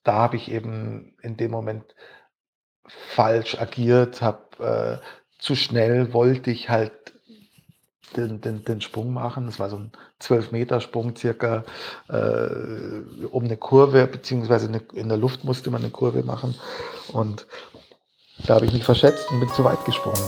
da habe ich eben in dem Moment falsch agiert, habe zu schnell wollte ich halt den Sprung machen. Das war so 'n 12 Meter Sprung circa, um 'ne Kurve beziehungsweise in der Luft musste man 'ne Kurve machen und da habe ich mich verschätzt und bin zu weit gesprungen.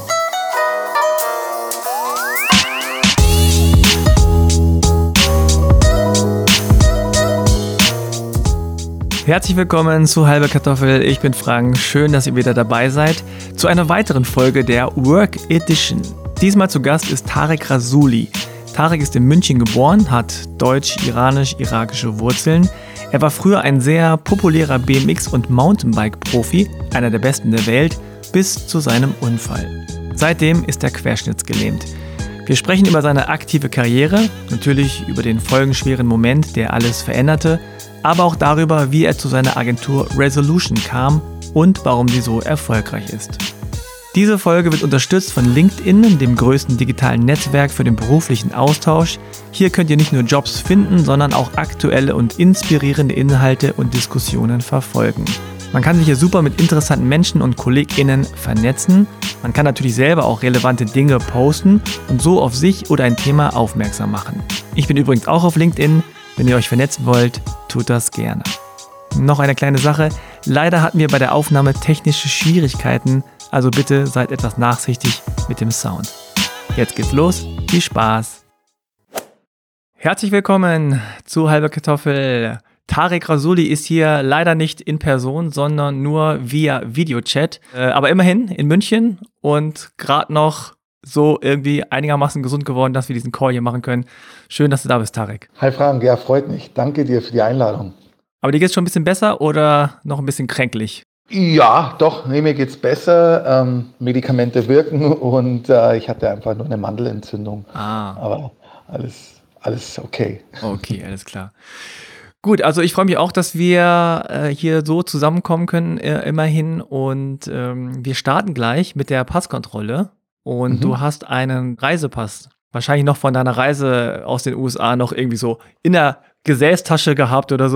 Herzlich willkommen zu Halbe Kartoffel. Ich bin Frank. Schön, dass ihr wieder dabei seid zu einer weiteren Folge der Work Edition. Diesmal zu Gast ist Tarek Rassouli. Tarek ist in München geboren, hat deutsch-iranisch-irakische Wurzeln. Er war früher ein sehr populärer BMX- und Mountainbike-Profi, einer der besten der Welt, bis zu seinem Unfall. Seitdem ist er querschnittsgelähmt. Wir sprechen über seine aktive Karriere, natürlich über den folgenschweren Moment, der alles veränderte, aber auch darüber, wie er zu seiner Agentur Resolution kam und warum sie so erfolgreich ist. Diese Folge wird unterstützt von LinkedIn, dem größten digitalen Netzwerk für den beruflichen Austausch. Hier könnt ihr nicht nur Jobs finden, sondern auch aktuelle und inspirierende Inhalte und Diskussionen verfolgen. Man kann sich hier super mit interessanten Menschen und KollegInnen vernetzen. Man kann natürlich selber auch relevante Dinge posten und so auf sich oder ein Thema aufmerksam machen. Ich bin übrigens auch auf LinkedIn. Wenn ihr euch vernetzen wollt, tut das gerne. Noch eine kleine Sache. Leider hatten wir bei der Aufnahme technische Schwierigkeiten, also bitte seid etwas nachsichtig mit dem Sound. Jetzt geht's los. Viel Spaß. Herzlich willkommen zu Halbe Kartoffel. Tarek Rassouli ist hier leider nicht in Person, sondern nur via Videochat. Aber immerhin in München und gerade noch so irgendwie einigermaßen gesund geworden, dass wir diesen Call hier machen können. Schön, dass du da bist, Tarek. Hi Frank, ja, freut mich. Danke dir für die Einladung. Aber dir geht's schon ein bisschen besser oder noch ein bisschen kränklich? Ja, doch, ne, mir geht's besser. Medikamente wirken und ich hatte einfach nur eine Mandelentzündung. Aber alles okay. Okay, alles klar. Gut, also ich freue mich auch, dass wir hier so zusammenkommen können, immerhin. Und wir starten gleich mit der Passkontrolle. Und du hast einen Reisepass, wahrscheinlich noch von deiner Reise aus den USA noch irgendwie so in der Gesäßtasche gehabt oder so.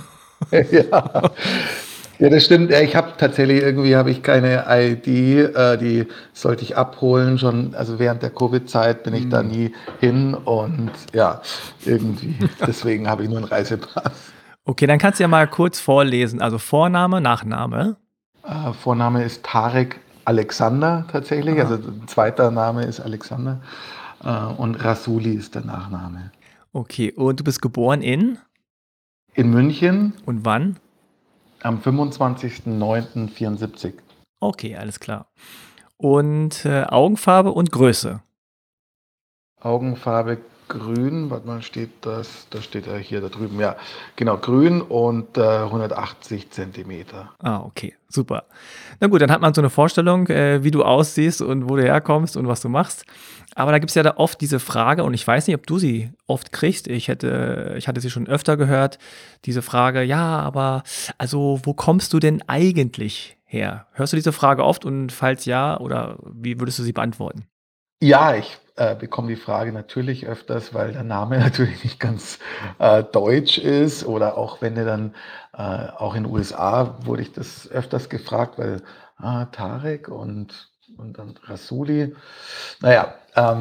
Ja. Ja, das stimmt. Ja, ich habe tatsächlich habe ich keine ID, die sollte ich abholen schon. Also während der Covid-Zeit bin ich da nie hin und ja, irgendwie. Deswegen habe ich nur einen Reisepass. Okay, dann kannst du ja mal kurz vorlesen. Also Vorname, Nachname. Vorname ist Tarek Alexander tatsächlich. Ah. Also zweiter Name ist Alexander und Rassouli ist der Nachname. Okay, und du bist geboren In München und wann? am 25.09.74. Okay, alles klar. Und Augenfarbe und Größe. Augenfarbe grün, warte mal, steht das? Da steht er hier da drüben, ja, genau, grün und 180 Zentimeter. Ah, okay, super. Na gut, dann hat man so eine Vorstellung, wie du aussiehst und wo du herkommst und was du machst. Aber da gibt es ja da oft diese Frage, und ich weiß nicht, ob du sie oft kriegst. Ich hatte sie schon öfter gehört, diese Frage, ja, aber also wo kommst du denn eigentlich her? Hörst du diese Frage oft und falls ja, oder wie würdest du sie beantworten? Ja, ich bekomme die Frage natürlich öfters, weil der Name natürlich nicht ganz deutsch ist oder auch wenn er dann, auch in USA wurde ich das öfters gefragt, weil Tarek und dann Rassouli. Naja,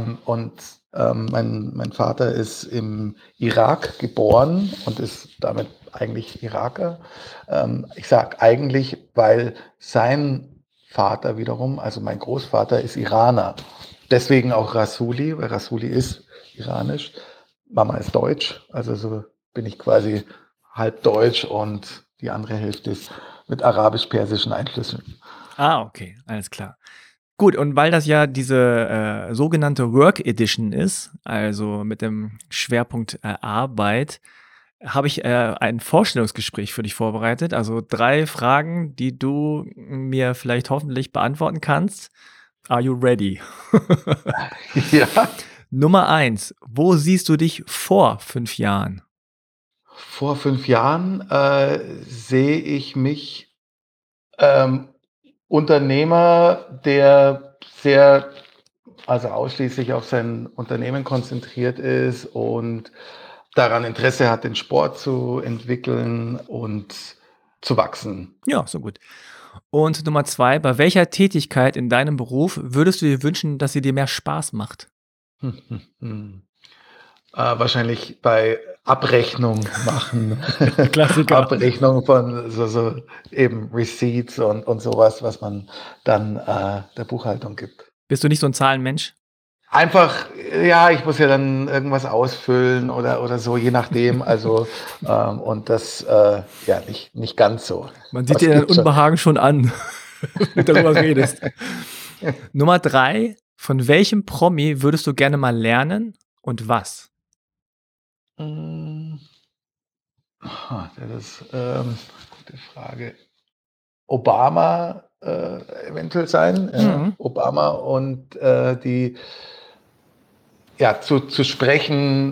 mein Vater ist im Irak geboren und ist damit eigentlich Iraker. Ich sage eigentlich, weil sein Vater wiederum, also mein Großvater, ist Iraner. Deswegen auch Rassouli, weil Rassouli ist iranisch. Mama ist deutsch, also so bin ich quasi halb deutsch und die andere Hälfte ist mit arabisch-persischen Einflüssen. Ah, okay, alles klar. Gut, und weil das ja diese sogenannte Work Edition ist, also mit dem Schwerpunkt Arbeit, habe ich ein Vorstellungsgespräch für dich vorbereitet. Also 3 Fragen, die du mir vielleicht hoffentlich beantworten kannst. Are you ready? Ja, Nummer 1: Wo siehst du dich vor 5 Jahren? vor 5 Jahren sehe ich mich ähm, Unternehmer, der sehr, also ausschließlich auf sein Unternehmen konzentriert ist und daran Interesse hat, den Sport zu entwickeln und zu wachsen. Ja, so gut. Und Nummer 2, bei welcher Tätigkeit in deinem Beruf würdest du dir wünschen, dass sie dir mehr Spaß macht? Hm, hm, hm. Wahrscheinlich bei Abrechnung machen. Klassiker. Abrechnung von eben Receipts und sowas, was man dann, der Buchhaltung gibt. Bist du nicht so ein Zahlenmensch? Einfach, ja, ich muss ja dann irgendwas ausfüllen oder so, je nachdem. Also, und das, ja, nicht ganz so. Man sieht Das dir dein gibt's schon. Unbehagen schon an, wenn du darüber redest. Nummer 3, von welchem Promi würdest du gerne mal lernen und was? Hm, das ist, gute Frage. Obama, eventuell sein, ja. Mhm. Obama und, die ja, zu sprechen,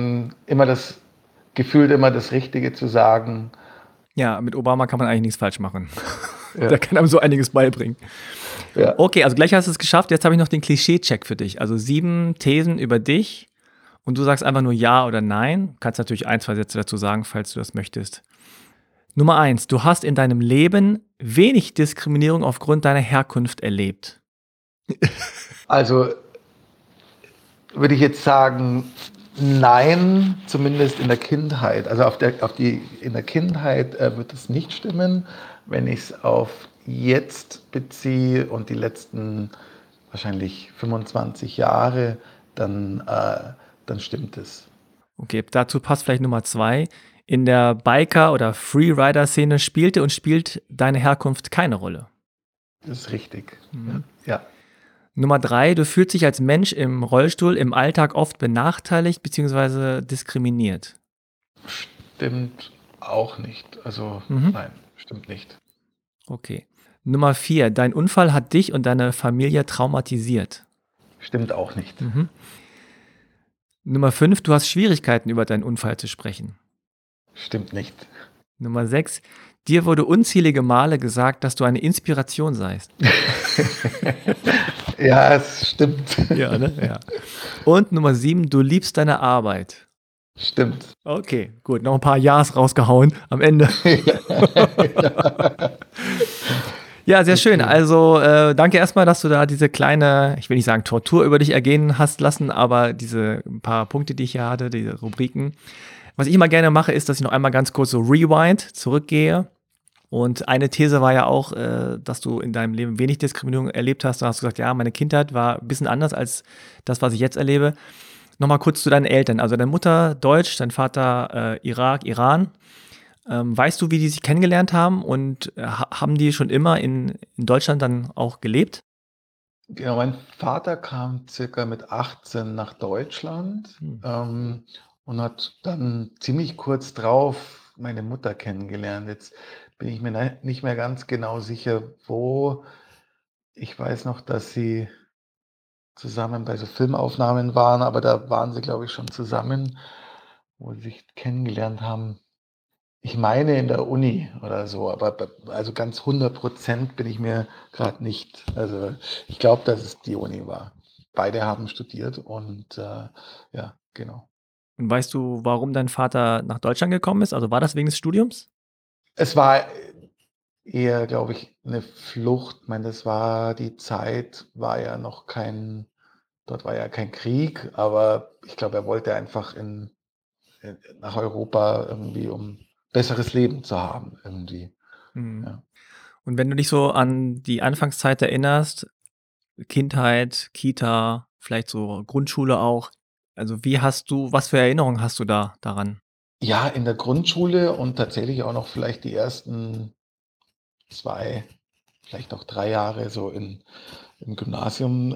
gefühlt immer das Richtige zu sagen. Ja, mit Obama kann man eigentlich nichts falsch machen. Ja, Der kann einem so einiges beibringen. ja. Okay, also gleich hast du es geschafft. Jetzt habe ich noch den Klischee-Check für dich. Also 7 Thesen über dich und du sagst einfach nur ja oder nein. Kannst natürlich 1, 2 Sätze dazu sagen, falls du das möchtest. Nummer 1, du hast in deinem Leben wenig Diskriminierung aufgrund deiner Herkunft erlebt. Also, würde ich jetzt sagen, nein, zumindest in der Kindheit. Also, in der Kindheit, wird es nicht stimmen. Wenn ich es auf jetzt beziehe und die letzten wahrscheinlich 25 Jahre, dann, dann stimmt es. Okay, dazu passt vielleicht Nummer 2. In der Biker- oder Freerider-Szene spielte und spielt deine Herkunft keine Rolle. Das ist richtig. Ja, Mhm. ja. Nummer 3, du fühlst dich als Mensch im Rollstuhl im Alltag oft benachteiligt bzw. diskriminiert. Stimmt auch nicht. Also, Mhm. nein, stimmt nicht. Okay. Nummer 4, dein Unfall hat dich und deine Familie traumatisiert. Stimmt auch nicht. Mhm. Nummer 5, du hast Schwierigkeiten, über deinen Unfall zu sprechen. Stimmt nicht. Nummer 6, dir wurde unzählige Male gesagt, dass du eine Inspiration seist. Ja, es stimmt. Ja, ne? Ja. Und Nummer 7, du liebst deine Arbeit. Stimmt. Okay, gut, noch ein paar Ja's rausgehauen am Ende. Ja, sehr schön. Okay. Also, danke erstmal, dass du da diese kleine, ich will nicht sagen Tortur über dich ergehen hast lassen, aber diese ein paar Punkte, die ich hier hatte, diese Rubriken. Was ich immer gerne mache, ist, dass ich noch einmal ganz kurz so rewind zurückgehe. Und eine These war ja auch, dass du in deinem Leben wenig Diskriminierung erlebt hast. Da hast du gesagt, ja, meine Kindheit war ein bisschen anders als das, was ich jetzt erlebe. Nochmal kurz zu deinen Eltern. Also deine Mutter Deutsch, dein Vater Irak, Iran. Weißt du, wie die sich kennengelernt haben und haben die schon immer in Deutschland dann auch gelebt? Genau, mein Vater kam circa mit 18 nach Deutschland, Hm. und hat dann ziemlich kurz drauf meine Mutter kennengelernt. Jetzt bin ich mir nicht mehr ganz genau sicher, wo. Ich weiß noch, dass sie zusammen bei so Filmaufnahmen waren, aber da waren sie, glaube ich, schon zusammen, wo sie sich kennengelernt haben. Ich meine in der Uni oder so, aber also ganz 100% bin ich mir gerade nicht. Also, ich glaube, dass es die Uni war. Beide haben studiert und, ja, genau. Und weißt du, warum dein Vater nach Deutschland gekommen ist? Also war das wegen des Studiums? Es war eher, glaube ich, eine Flucht. Ich meine, das war die Zeit, dort war ja kein Krieg, aber ich glaube, er wollte einfach nach Europa irgendwie, um besseres Leben zu haben irgendwie, Mhm. ja. Und wenn du dich so an die Anfangszeit erinnerst, Kindheit, Kita, vielleicht so Grundschule auch, also was für Erinnerungen hast du da daran? Ja, in der Grundschule und tatsächlich auch noch vielleicht die ersten 2, vielleicht auch 3 Jahre so im Gymnasium,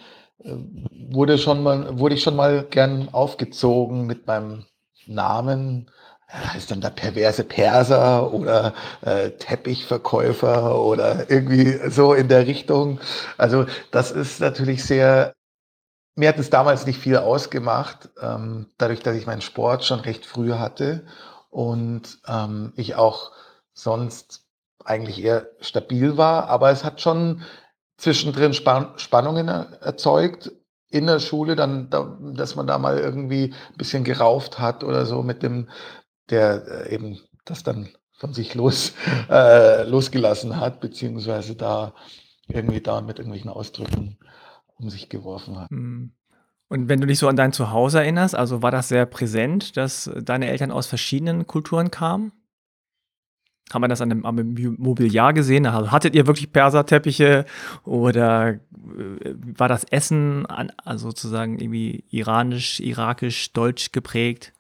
wurde ich schon mal gern aufgezogen mit meinem Namen. Heißt dann der perverse Perser oder, Teppichverkäufer oder irgendwie so in der Richtung. Also, das ist natürlich sehr. Mir hat es damals nicht viel ausgemacht, dadurch, dass ich meinen Sport schon recht früh hatte und, ich auch sonst eigentlich eher stabil war. Aber es hat schon zwischendrin Spannungen erzeugt in der Schule, dass man da mal irgendwie ein bisschen gerauft hat oder so mit dem, der, eben das dann von sich losgelassen hat, beziehungsweise da irgendwie da mit irgendwelchen Ausdrücken um sich geworfen hat. Mhm. Und wenn du dich so an dein Zuhause erinnerst, also war das sehr präsent, dass deine Eltern aus verschiedenen Kulturen kamen? Kann man das an dem am Mobiliar gesehen? Also, hattet ihr wirklich Perserteppiche oder, war das Essen also sozusagen irgendwie iranisch, irakisch, deutsch geprägt?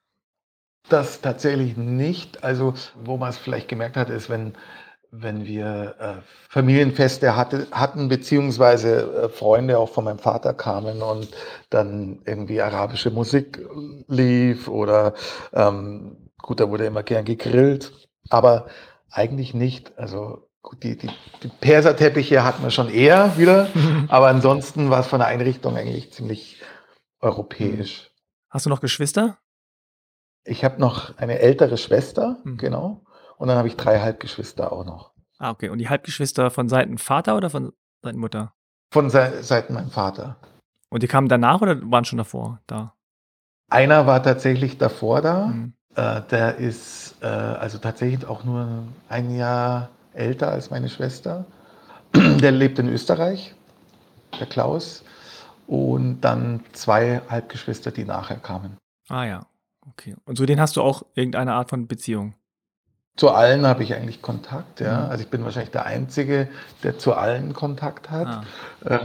Das tatsächlich nicht. Also, wo man es vielleicht gemerkt hat, ist, wenn wir, Familienfeste hatten, beziehungsweise, Freunde auch von meinem Vater kamen und dann irgendwie arabische Musik lief oder, gut, da wurde immer gern gegrillt, aber eigentlich nicht. Also, gut, die Perserteppiche hatten wir schon eher wieder, aber ansonsten war es von der Einrichtung eigentlich ziemlich Mhm. europäisch. Hast du noch Geschwister? Ich habe noch eine ältere Schwester, Mhm. genau, und dann habe ich 3 Halbgeschwister auch noch. Ah, okay. Und die Halbgeschwister von Seiten Vater oder von Seiten Mutter? Von Seiten meinem Vater. Und die kamen danach oder waren schon davor da? Einer war tatsächlich davor da, Mhm. der ist, also tatsächlich auch nur ein Jahr älter als meine Schwester. Der lebt in Österreich, der Klaus, und dann 2 Halbgeschwister, die nachher kamen. Ah ja, okay. Und zu denen hast du auch irgendeine Art von Beziehung? Zu allen habe ich eigentlich Kontakt, ja. Mhm. Also, ich bin wahrscheinlich der Einzige, der zu allen Kontakt hat. Ah. Ähm,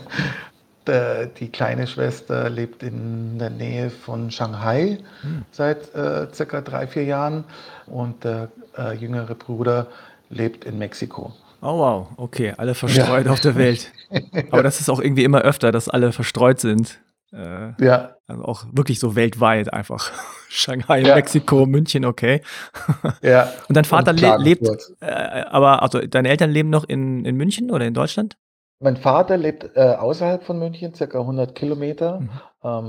die kleine Schwester lebt in der Nähe von Shanghai Mhm. seit, circa 3 4 Jahren und der, jüngere Bruder lebt in Mexiko. Oh wow, okay, alle Ja. verstreut auf der Welt. Aber das ist auch irgendwie immer öfter, dass alle verstreut sind. Äh, Ja, also auch wirklich so weltweit einfach. Shanghai, ja, Mexiko, München, okay. ja, Und dein Vater und lebt, Klagenfurt. aber also deine Eltern leben noch in München oder in Deutschland? Mein Vater lebt, außerhalb von München, circa 100 Kilometer, Mhm.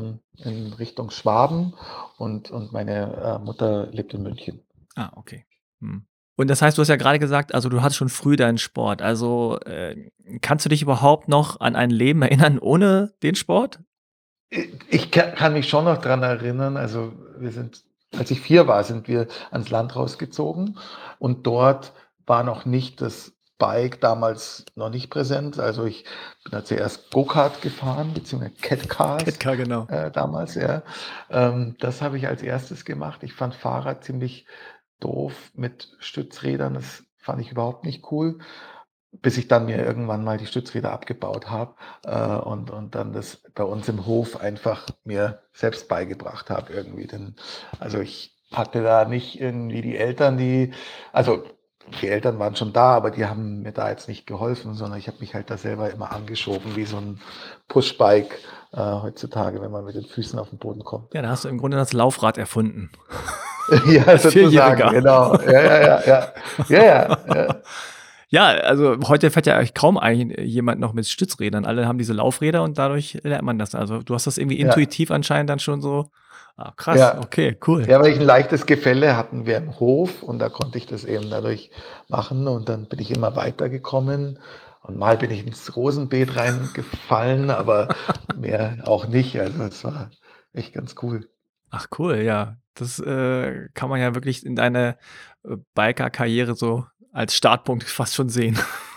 in Richtung Schwaben und meine, Mutter lebt in München. Ah, okay. Mhm. Und das heißt, du hast ja gerade gesagt, also du hattest schon früh deinen Sport. Also, kannst du dich überhaupt noch an ein Leben erinnern ohne den Sport? Ich kann mich schon noch dran erinnern, also, wir sind als ich 4 war, sind wir ans Land rausgezogen und dort war noch nicht das Bike damals noch nicht präsent. Also, ich bin da zuerst Go-Kart gefahren, beziehungsweise Catcars, Ketka, genau. damals, ja. Das habe ich als erstes gemacht. Ich fand Fahrrad ziemlich doof mit Stützrädern, das fand ich überhaupt nicht cool. Bis ich dann mir irgendwann mal die Stützräder abgebaut habe, und dann das bei uns im Hof einfach mir selbst beigebracht habe irgendwie. Denn also, ich hatte da nicht irgendwie die Eltern, also, die Eltern waren schon da, aber die haben mir da jetzt nicht geholfen, sondern ich habe mich halt da selber immer angeschoben wie so 'n Pushbike, heutzutage, wenn man mit den Füßen auf 'n Boden kommt. Ja, da hast du im Grunde das Laufrad erfunden Ja, als sozusagen, Vierjähriger. genau. Ja, ja, ja, ja. Ja, ja, ja. Ja, also heute fährt ja eigentlich kaum jemand noch mit Stützrädern. Alle haben diese Laufräder und dadurch lernt man das. Also, du hast das irgendwie Ja, intuitiv anscheinend dann schon so krass, ja. okay, cool. Ja, weil ich 'n leichtes Gefälle hatten wir im Hof und da konnte ich das eben dadurch machen und dann bin ich immer weitergekommen und mal bin ich ins Rosenbeet reingefallen, aber mehr auch nicht. Also, es war echt ganz cool. Ach cool, ja. Das, kann man ja wirklich in deine, Biker-Karriere so als Startpunkt fast schon sehen.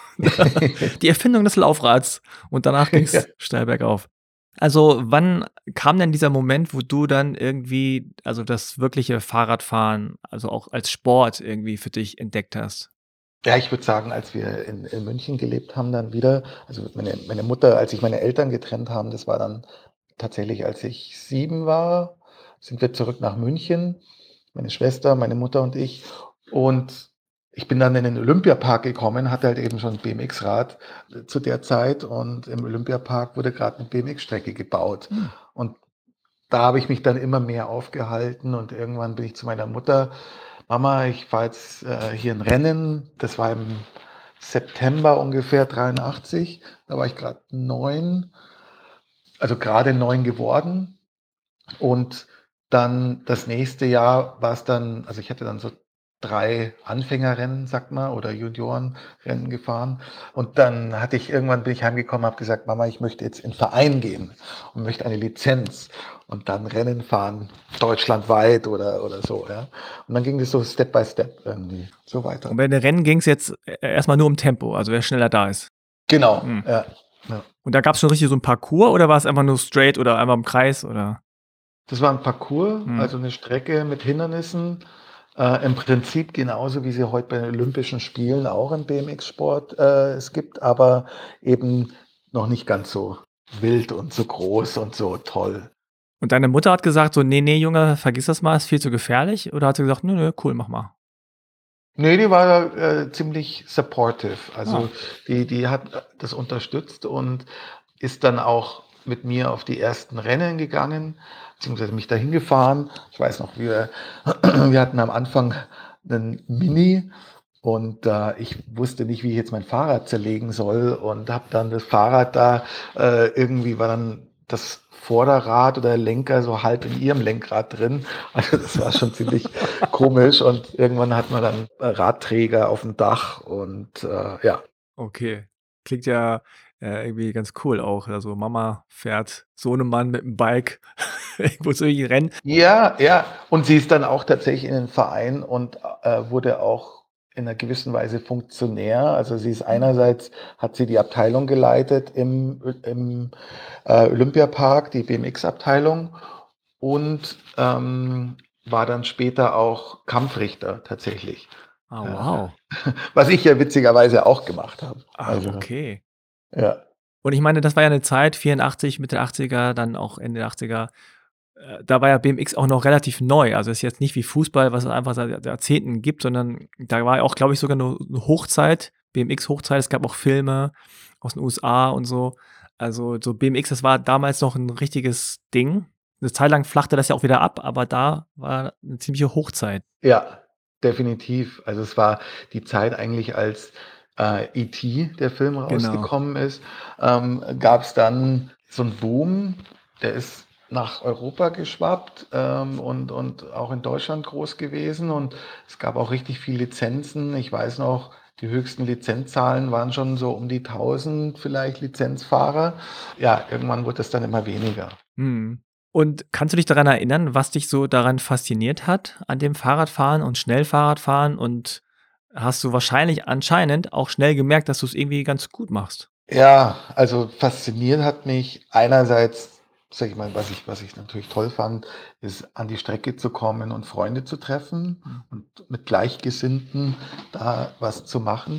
Die Erfindung des Laufrads und danach Ja. ging's steil bergauf. Also, wann kam denn dieser Moment, wo du dann irgendwie also, das wirkliche Fahrradfahren, also, auch als Sport irgendwie für dich entdeckt hast? Ja, ich würde sagen, als wir in München gelebt haben dann wieder, also meine Mutter, als sich meine Eltern getrennt haben, das war dann tatsächlich, als ich 7 war, sind wir zurück nach München, meine Schwester, meine Mutter und ich. Und ich bin dann in den Olympiapark gekommen, hatte halt eben schon 'n BMX-Rad, zu der Zeit und im Olympiapark wurde grad 'ne BMX-Strecke gebaut. Hm. Und da habe ich mich dann immer mehr aufgehalten und irgendwann bin ich zu meiner Mutter: „Mama, ich fahre jetzt, hier 'n Rennen." Das war im September ungefähr 83. Da war ich grad 9, also grade 9 geworden. Und dann das nächste Jahr war's dann, also ich hatte dann so 3 Anfängerrennen, sagt man, oder Juniorenrennen gefahren. Und dann bin ich heimgekommen, habe gesagt: „Mama, ich möchte jetzt in 'n Verein gehen und möchte eine Lizenz und dann Rennen fahren, deutschlandweit oder so", ja. Und dann ging das so Step by Step irgendwie so Und weiter. bei den Rennen ging es jetzt erst nur um Tempo, also wer schneller da ist. Genau, Mhm. ja, ja. Und da gab's schon richtig so 'n Parcours oder war es einfach nur straight oder einmal im Kreis oder? Das war 'n Parcours, Mhm. also 'ne Strecke mit Hindernissen, im Prinzip genauso, wie sie heute bei den Olympischen Spielen auch im BMX-Sport, es gibt, aber eben noch nicht ganz so wild und so groß und so toll. Und deine Mutter hat gesagt so: „Ne, ne, Junge, vergiss das mal, ist viel zu gefährlich“, oder hat sie gesagt: „Nö, nö, cool, mach mal?“ Ne, die war da, ziemlich supportive. Ah, Also, die hat das unterstützt und ist dann auch mit mir auf die ersten Rennen gegangen, beziehungsweise mich dahin gefahren. Ich weiß noch, wir hatten am Anfang 'nen Mini und, ich wusste nicht, wie ich jetzt mein Fahrrad zerlegen soll und habe dann das Fahrrad da irgendwie war dann das Vorderrad oder der Lenker so halb in ihrem Lenkrad drin. Also, das war schon ziemlich komisch und irgendwann hat man dann, Radträger aufm Dach und, ja. okay. Klingt ja, irgendwie ganz cool auch. Also, Mama fährt Sohnemann mit'm Bike irgendwo zu irgendwelchen Rennen. Ja, ja. Und sie ist dann auch tatsächlich in den Verein und, wurde auch in 'ner gewissen Weise Funktionär. Also, sie ist einerseits hat sie die Abteilung geleitet im Olympiapark, die BMX-Abteilung und, war dann später auch Kampfrichter tatsächlich. Ah, Äh, wow. was ich ja witzigerweise auch gemacht habe. Ah, Also, okay. ja. Und ich meine, das war ja 'ne Zeit, 84, Mitte 80er, dann auch Ende 80er. Da war ja BMX auch noch relativ neu. Also, ist jetzt nicht wie Fußball, was es einfach seit Jahrzehnten gibt, sondern da war ja auch, glaube ich, sogar 'ne Hochzeit, BMX-Hochzeit. Es gab auch Filme aus den USA und so. Also, so BMX, das war damals noch 'n richtiges Ding. 'Ne Zeit lang flachte das ja auch wieder ab, aber da war 'ne ziemliche Hochzeit. Ja, definitiv. Also, es war die Zeit eigentlich, als, E.T., der Film Genau. rausgekommen ist, gab's dann so 'n Boom, der ist nach Europa geschwappt, und auch in Deutschland groß gewesen und es gab auch richtig viel Lizenzen. Ich weiß noch, die höchsten Lizenzzahlen waren schon so um die 1.000 vielleicht Lizenzfahrer. Ja, irgendwann wurde es dann immer weniger. Mhm. Und kannst du dich daran erinnern, was dich so daran fasziniert hat, an dem Fahrradfahren und Schnellfahrradfahren? Und hast du wahrscheinlich anscheinend auch schnell gemerkt, dass du's irgendwie ganz gut machst? Ja, also fasziniert hat mich einerseits, sage ich mal, was ich natürlich toll fand, ist, an die Strecke zu kommen und Freunde zu treffen Mhm. und mit Gleichgesinnten da was zu machen.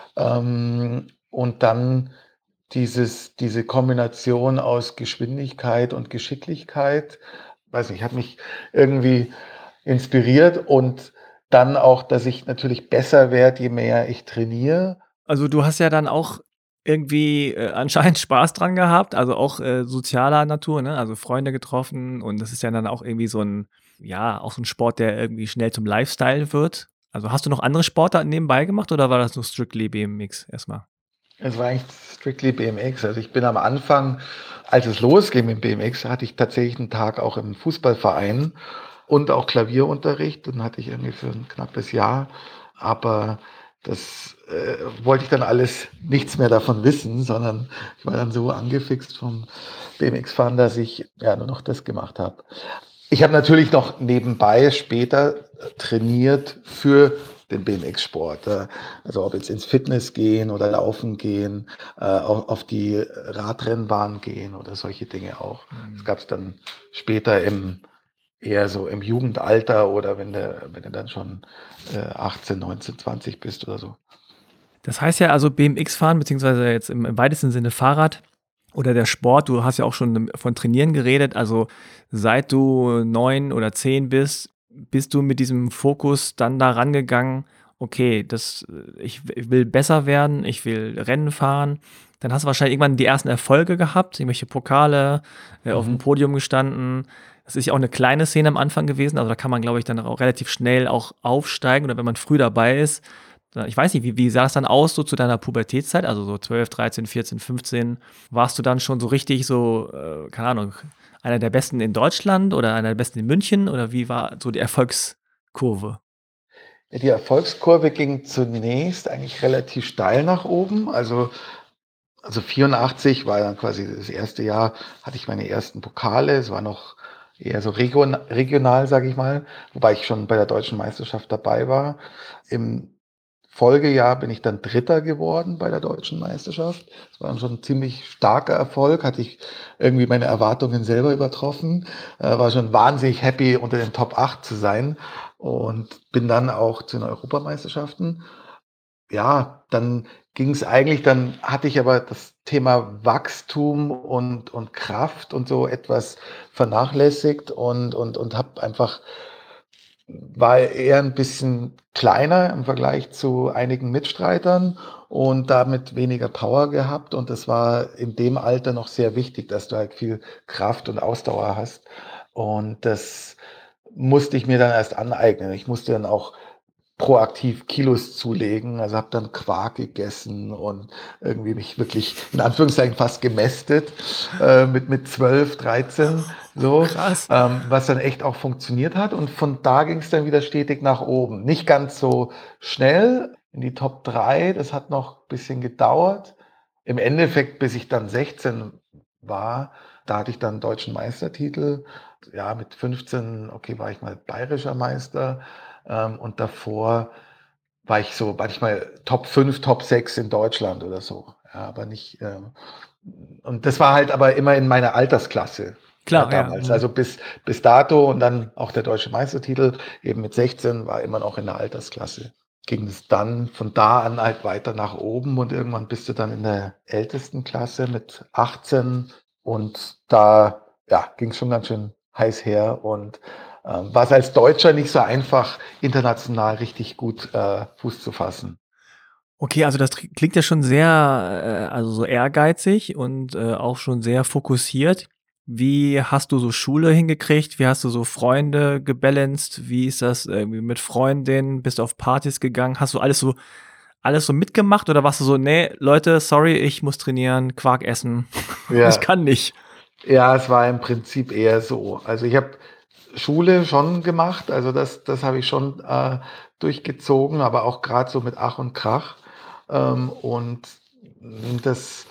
Und dann diese Kombination aus Geschwindigkeit und Geschicklichkeit, weiß nicht, hat mich irgendwie inspiriert und dann auch, dass ich natürlich besser werde, je mehr ich trainiere. Also, du hast ja dann auch irgendwie, anscheinend Spaß dran gehabt, also auch, sozialer Natur, ne? Also, Freunde getroffen und das ist ja dann auch irgendwie so 'n ja, auch so 'n Sport, der irgendwie schnell zum Lifestyle wird. Also, hast du noch andere Sportarten nebenbei gemacht oder war das nur strictly BMX erst mal? Es war eigentlich strictly BMX. Also, ich bin am Anfang, als es losging mit BMX, hatte ich tatsächlich 'n Tag auch im Fußballverein und auch Klavierunterricht. Den hatte ich irgendwie für 'n knappes Jahr, aber das, wollte ich dann alles nichts mehr davon wissen, sondern ich war dann so angefixt vom BMX-Fahren, dass ich, ja, nur noch das gemacht habe. Ich habe natürlich noch nebenbei später, trainiert für den BMX-Sport, also ob jetzt ins Fitness gehen oder laufen gehen, auf die Radrennbahn gehen oder solche Dinge auch. Das Mhm. gab's dann später eher so im Jugendalter oder wenn du dann schon, 18, 19, 20 bist oder so. Das heißt ja also BMX fahren, beziehungsweise jetzt im weitesten Sinne Fahrrad oder der Sport, du hast ja auch schon von Trainieren geredet. Also, seit du 9 oder 10 bist du mit diesem Fokus dann da rangegangen: „Okay, ich will besser werden, ich will Rennen fahren.“ Dann hast du wahrscheinlich irgendwann die ersten Erfolge gehabt, irgendwelche Pokale, auf'm Mhm. Podium gestanden. Das ist ja auch 'ne kleine Szene am Anfang gewesen, also da kann man, glaube ich, dann auch relativ schnell auch aufsteigen oder wenn man früh dabei ist. Ich weiß nicht, wie sah es dann aus so zu deiner Pubertätszeit? Also, so 12, 13, 14, 15. Warst du dann schon so richtig so, keine Ahnung, einer der Besten in Deutschland oder einer der Besten in München oder wie war so die Erfolgskurve? Die Erfolgskurve ging zunächst eigentlich relativ steil nach oben. Also 84 war dann quasi das erste Jahr, hatte ich meine ersten Pokale. Es war noch eher so regional, sage ich mal, wobei ich schon bei der deutschen Meisterschaft dabei war. Im Folgejahr bin ich dann Dritter geworden bei der deutschen Meisterschaft. Das war dann schon ein ziemlich starker Erfolg, hatte ich irgendwie meine Erwartungen selber übertroffen. War schon wahnsinnig happy, unter den Top 8 zu sein und bin dann auch zu den Europameisterschaften. Ja, dann hatte ich aber das Thema Wachstum und Kraft und so etwas vernachlässigt und habe einfach war eher ein bisschen kleiner im Vergleich zu einigen Mitstreitern und damit weniger Power gehabt. Und das war in dem Alter noch sehr wichtig, dass du halt viel Kraft und Ausdauer hast. Und das musste ich mir dann erst aneignen. Ich musste dann auch proaktiv Kilos zulegen. Also habe dann Quark gegessen und irgendwie mich wirklich in Anführungszeichen fast gemästet mit 12, 13 so, Krass. was dann echt auch funktioniert hat. Und von da ging es dann wieder stetig nach oben. Nicht ganz so schnell in die Top 3. Das hat noch ein bisschen gedauert. Im Endeffekt, bis ich dann 16 war, da hatte ich dann einen deutschen Meistertitel. Ja, mit 15, okay, war ich mal bayerischer Meister. Und davor war ich so manchmal Top 5, Top 6 in Deutschland oder so. Ja, aber nicht. Und das war halt aber immer in meiner Altersklasse Klar, ja. damals. Also bis dato und dann auch der deutsche Meistertitel eben mit 16 war immer noch in der Altersklasse. Ging es dann von da an halt weiter nach oben und irgendwann bist du dann in der ältesten Klasse mit 18 und da ja, ging es schon ganz schön heiß her und war es als Deutscher nicht so einfach, international richtig gut Fuß zu fassen. Okay, also das klingt ja schon sehr, also so ehrgeizig und, auch schon sehr fokussiert. Wie hast du so Schule hingekriegt? Wie hast du so Freunde gebalanced? Wie ist das irgendwie mit Freundinnen? Bist du auf Partys gegangen? Hast du alles so mitgemacht oder warst du so: „Ne, Leute, sorry, ich muss trainieren, Quark essen. Ich Ja, kann nicht.“ ja, es war im Prinzip eher so. Also ich habe Schule schon gemacht, also das habe ich schon durchgezogen, aber auch gerade so mit Ach und Krach. Und das,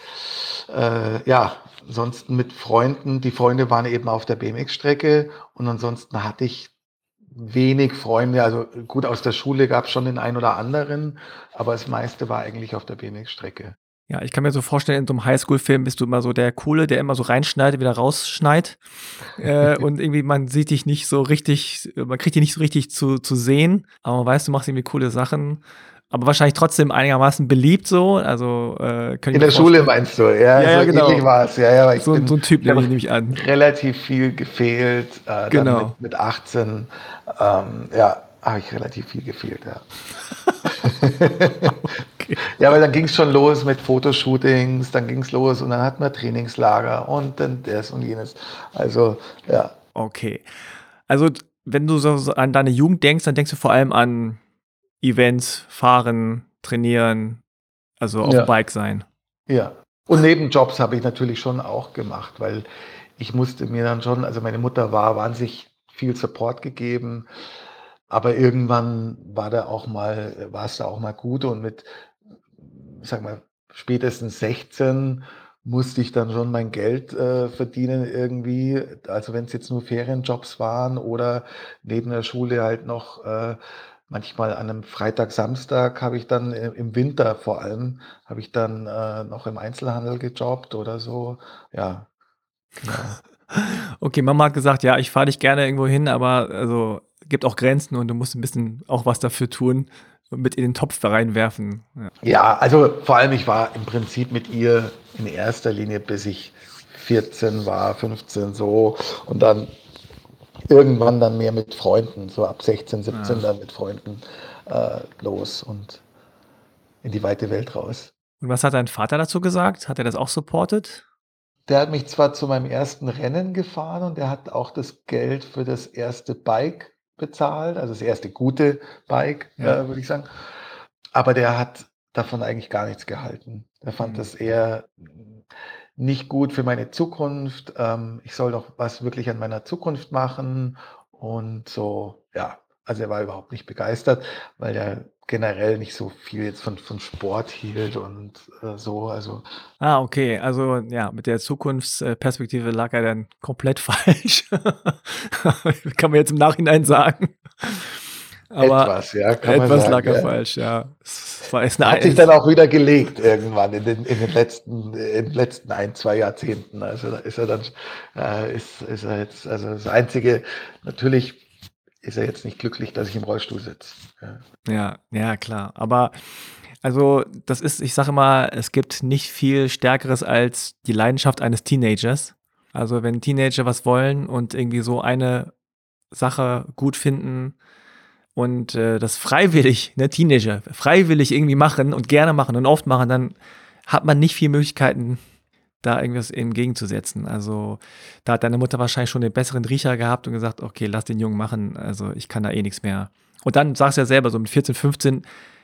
ja, ansonsten mit Freunden, die Freunde waren eben auf der BMX-Strecke und ansonsten hatte ich wenig Freunde. Also gut, aus der Schule gab es schon den einen oder anderen, aber das meiste war eigentlich auf der BMX-Strecke. Ja, ich kann mir so vorstellen, in so 'nem Highschool-Film bist du immer so der Coole, der immer so reinschneidet, wieder rausschneit. Und irgendwie man sieht dich nicht so richtig man kriegt dich nicht so richtig zu sehen, aber man weiß, du machst irgendwie coole Sachen, aber wahrscheinlich trotzdem einigermaßen beliebt so. Also, könnte ich In mir der Schule vorstellen. meinst du? Ja, Ja, so ja, ähnlich genau. war es. Ja, ja, So 'n Typ ich habe nehme ich an. relativ viel gefehlt, dann Genau. mit 18, ja, habe ich relativ viel gefehlt, ja. Okay. Ja, aber dann ging es schon los mit Fotoshootings, dann ging es los und dann hatten wir Trainingslager und dann das und jenes. Also, ja, Okay. Also, wenn du so an deine Jugend denkst, dann denkst du vor allem an Events, Fahren, Trainieren, also auf'm ja, Bike sein. ja. Und Nebenjobs habe ich natürlich schon auch gemacht, weil ich musste mir dann schon also meine Mutter war wahnsinnig viel Support gegeben. Aber irgendwann war es da auch mal gut und mit, ich sage mal, spätestens 16 musste ich dann schon mein Geld, verdienen irgendwie. Also, wenn es jetzt nur Ferienjobs waren oder neben der Schule halt noch, manchmal an einem Freitag, Samstag habe ich dann im Winter vor allem habe ich dann, noch im Einzelhandel gejobbt oder so. Ja, genau. Okay, Mama hat gesagt: „Ja, ich fahre dich gerne irgendwo hin, aber also, gibt auch Grenzen und du musst 'n bisschen auch was dafür tun und mit in den Topf da reinwerfen.“ Ja. Ja, also vor allem, ich war im Prinzip mit ihr in erster Linie, bis ich 14 war, 15 so und dann irgendwann dann mehr mit Freunden, so ab 16, 17 Ja. dann mit Freunden, los und in die weite Welt raus. Und was hat dein Vater dazu gesagt? Hat er das auch supported? Der hat mich zwar zu meinem ersten Rennen gefahren und der hat auch das Geld für das erste Bike bezahlt, also das erste gute Bike, Ja. würde ich sagen. Aber der hat davon eigentlich gar nichts gehalten. Er fand Mhm. das eher nicht gut für meine Zukunft. Ich soll doch was wirklich an meiner Zukunft machen und so, ja. Also, er war überhaupt nicht begeistert, weil er generell nicht so viel jetzt von Sport hielt und, so. Also, Ah, okay. Also, ja, mit der Zukunftsperspektive lag er dann komplett falsch. Kann man jetzt im Nachhinein sagen. Aber etwas, ja, kann man etwas sagen, lag er ja. falsch, ja. Es war ist 'ne Hat sich dann ist auch wieder gelegt irgendwann in den letzten 1, 2 Jahrzehnten. Also, da ist er dann ist er jetzt also, das Einzige natürlich ist er jetzt nicht glücklich, dass ich im Rollstuhl sitze, ja. ja, ja, klar. Aber also, das ist ich sage immer, es gibt nicht viel Stärkeres als die Leidenschaft eines Teenagers. Also, wenn Teenager was wollen und irgendwie so eine Sache gut finden und, das freiwillig, ne, Teenager, freiwillig irgendwie machen und gerne machen und oft machen, dann hat man nicht viel Möglichkeiten, da irgendwas entgegenzusetzen. Also, da hat deine Mutter wahrscheinlich schon den besseren Riecher gehabt und gesagt: „Okay, lass den Jungen machen, also, ich kann da eh nix mehr.“ Und dann sagst du ja selber, so mit 14, 15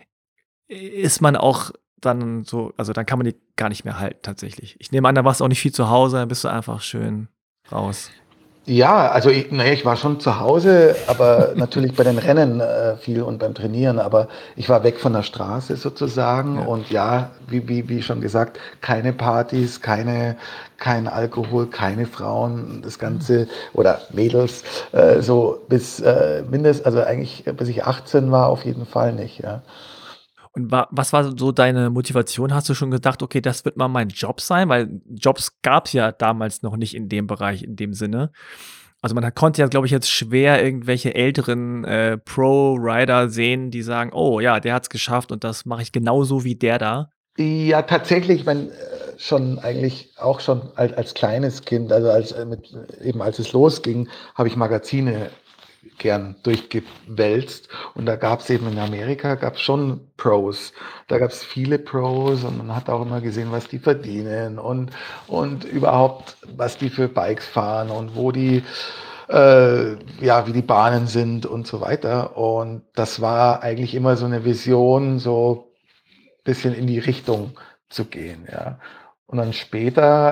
ist man auch dann so also, dann kann man die gar nicht mehr halten tatsächlich. Ich nehme an, da warst du auch nicht viel zu Hause, dann bist du einfach schön raus. Ja, also ich war schon zu Hause, aber natürlich bei den Rennen, viel und beim Trainieren, aber ich war weg von der Straße sozusagen Ja. und ja, wie schon gesagt, keine Partys, kein Alkohol, keine Frauen, das Mhm. Ganze oder Mädels, so bis, also eigentlich bis ich 18 war auf jeden Fall nicht, ja. Und was war so deine Motivation? Hast du schon gedacht: „Okay, das wird mal mein Job sein?“ Weil Jobs gab's ja damals noch nicht in dem Bereich in dem Sinne. Also, man konnte ja, glaube ich, jetzt schwer irgendwelche älteren, Pro-Rider sehen, die sagen: „Oh ja, der hat's geschafft und das mache ich genauso wie der da.“ Ja, tatsächlich, ich meine, schon eigentlich auch schon als kleines Kind, also als es losging, habe ich Magazine gern durchgewälzt und da gab's eben in Amerika gab's schon Pros. Da gab's viele Pros und man hat auch immer gesehen, was die verdienen und überhaupt, was die für Bikes fahren und wo die ja, wie die Bahnen sind und so weiter. Und das war eigentlich immer so eine Vision, so bisschen in die Richtung zu gehen, ja. Und dann später,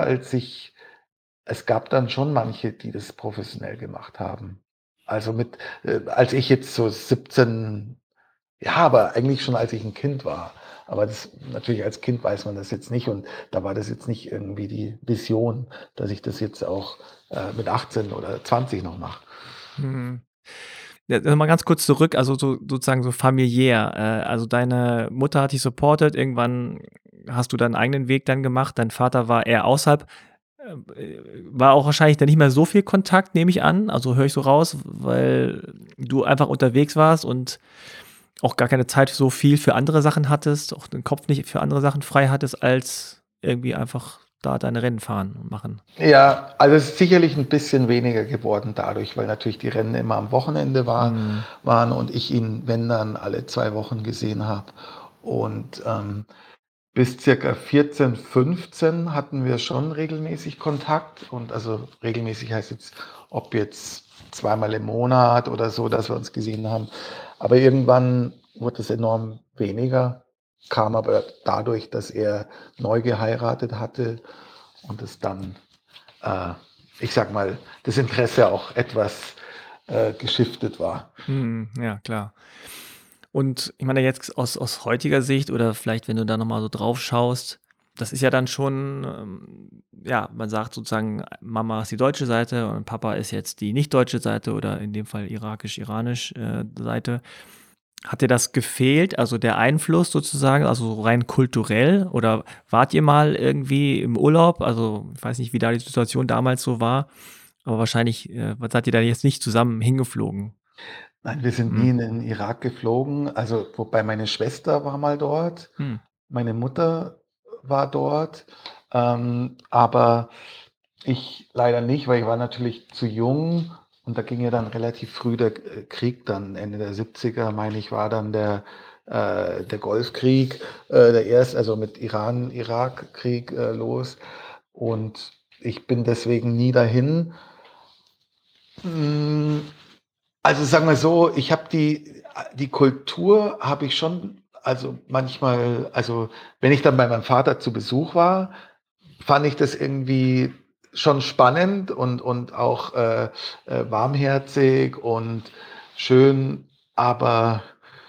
es gab dann schon manche, die das professionell gemacht haben. Also als ich jetzt so 17, ja, aber eigentlich schon als ich ein Kind war. Aber das natürlich als Kind weiß man das jetzt nicht und da war das jetzt nicht irgendwie die Vision, dass ich das jetzt auch, mit 18 oder 20 noch mache. Mhm. Ja, noch mal ganz kurz zurück, also so sozusagen so familiär. Also deine Mutter hat dich supportet, irgendwann hast du deinen eigenen Weg dann gemacht, dein Vater war eher außerhalb. War auch wahrscheinlich dann nicht mehr so viel Kontakt, nehme ich an, also höre ich so raus, weil du einfach unterwegs warst und auch gar keine Zeit so viel für andere Sachen hattest, auch den Kopf nicht für andere Sachen frei hattest, als irgendwie einfach da deine Rennen fahren und machen. Ja, also es ist sicherlich ein bisschen weniger geworden dadurch, weil natürlich die Rennen immer am Wochenende Mhm. waren und ich ihn, wenn dann, alle 2 Wochen gesehen habe. Und, bis circa 14, 15 hatten wir schon regelmäßig Kontakt und also regelmäßig heißt jetzt, ob jetzt zweimal im Monat oder so, dass wir uns gesehen haben. Aber irgendwann wurde es enorm weniger, kam aber dadurch, dass er neu geheiratet hatte und es dann äh, ich sage mal, das Interesse auch etwas, geschiftet war. Mhm, ja, klar. Und ich meine jetzt aus heutiger Sicht oder vielleicht, wenn du da noch mal so drauf schaust, das ist ja dann schon, ja, man sagt sozusagen, Mama ist die deutsche Seite und Papa ist jetzt die nicht deutsche Seite oder in dem Fall irakisch-iranisch, Seite. Hat dir das gefehlt, also der Einfluss sozusagen, also so rein kulturell? Oder wart ihr mal irgendwie im Urlaub? Also, ich weiß nicht, wie da die Situation damals so war, aber wahrscheinlich, seid ihr da jetzt nicht zusammen hingeflogen? Nein, wir sind nie Mhm. in den Irak geflogen, also wobei meine Schwester war mal dort, Mhm. meine Mutter war dort, aber ich leider nicht, weil ich war natürlich zu jung und da ging ja dann relativ früh der, Krieg dann Ende der 70er, meine ich, war dann der Golfkrieg, der erst also mit Iran-Irak-Krieg, los und ich bin deswegen nie dahin. Hm, also, sagen wir so, ich habe die Kultur habe ich schon also, manchmal also, wenn ich dann bei meinem Vater zu Besuch war, fand ich das irgendwie schon spannend und auch, warmherzig und schön, aber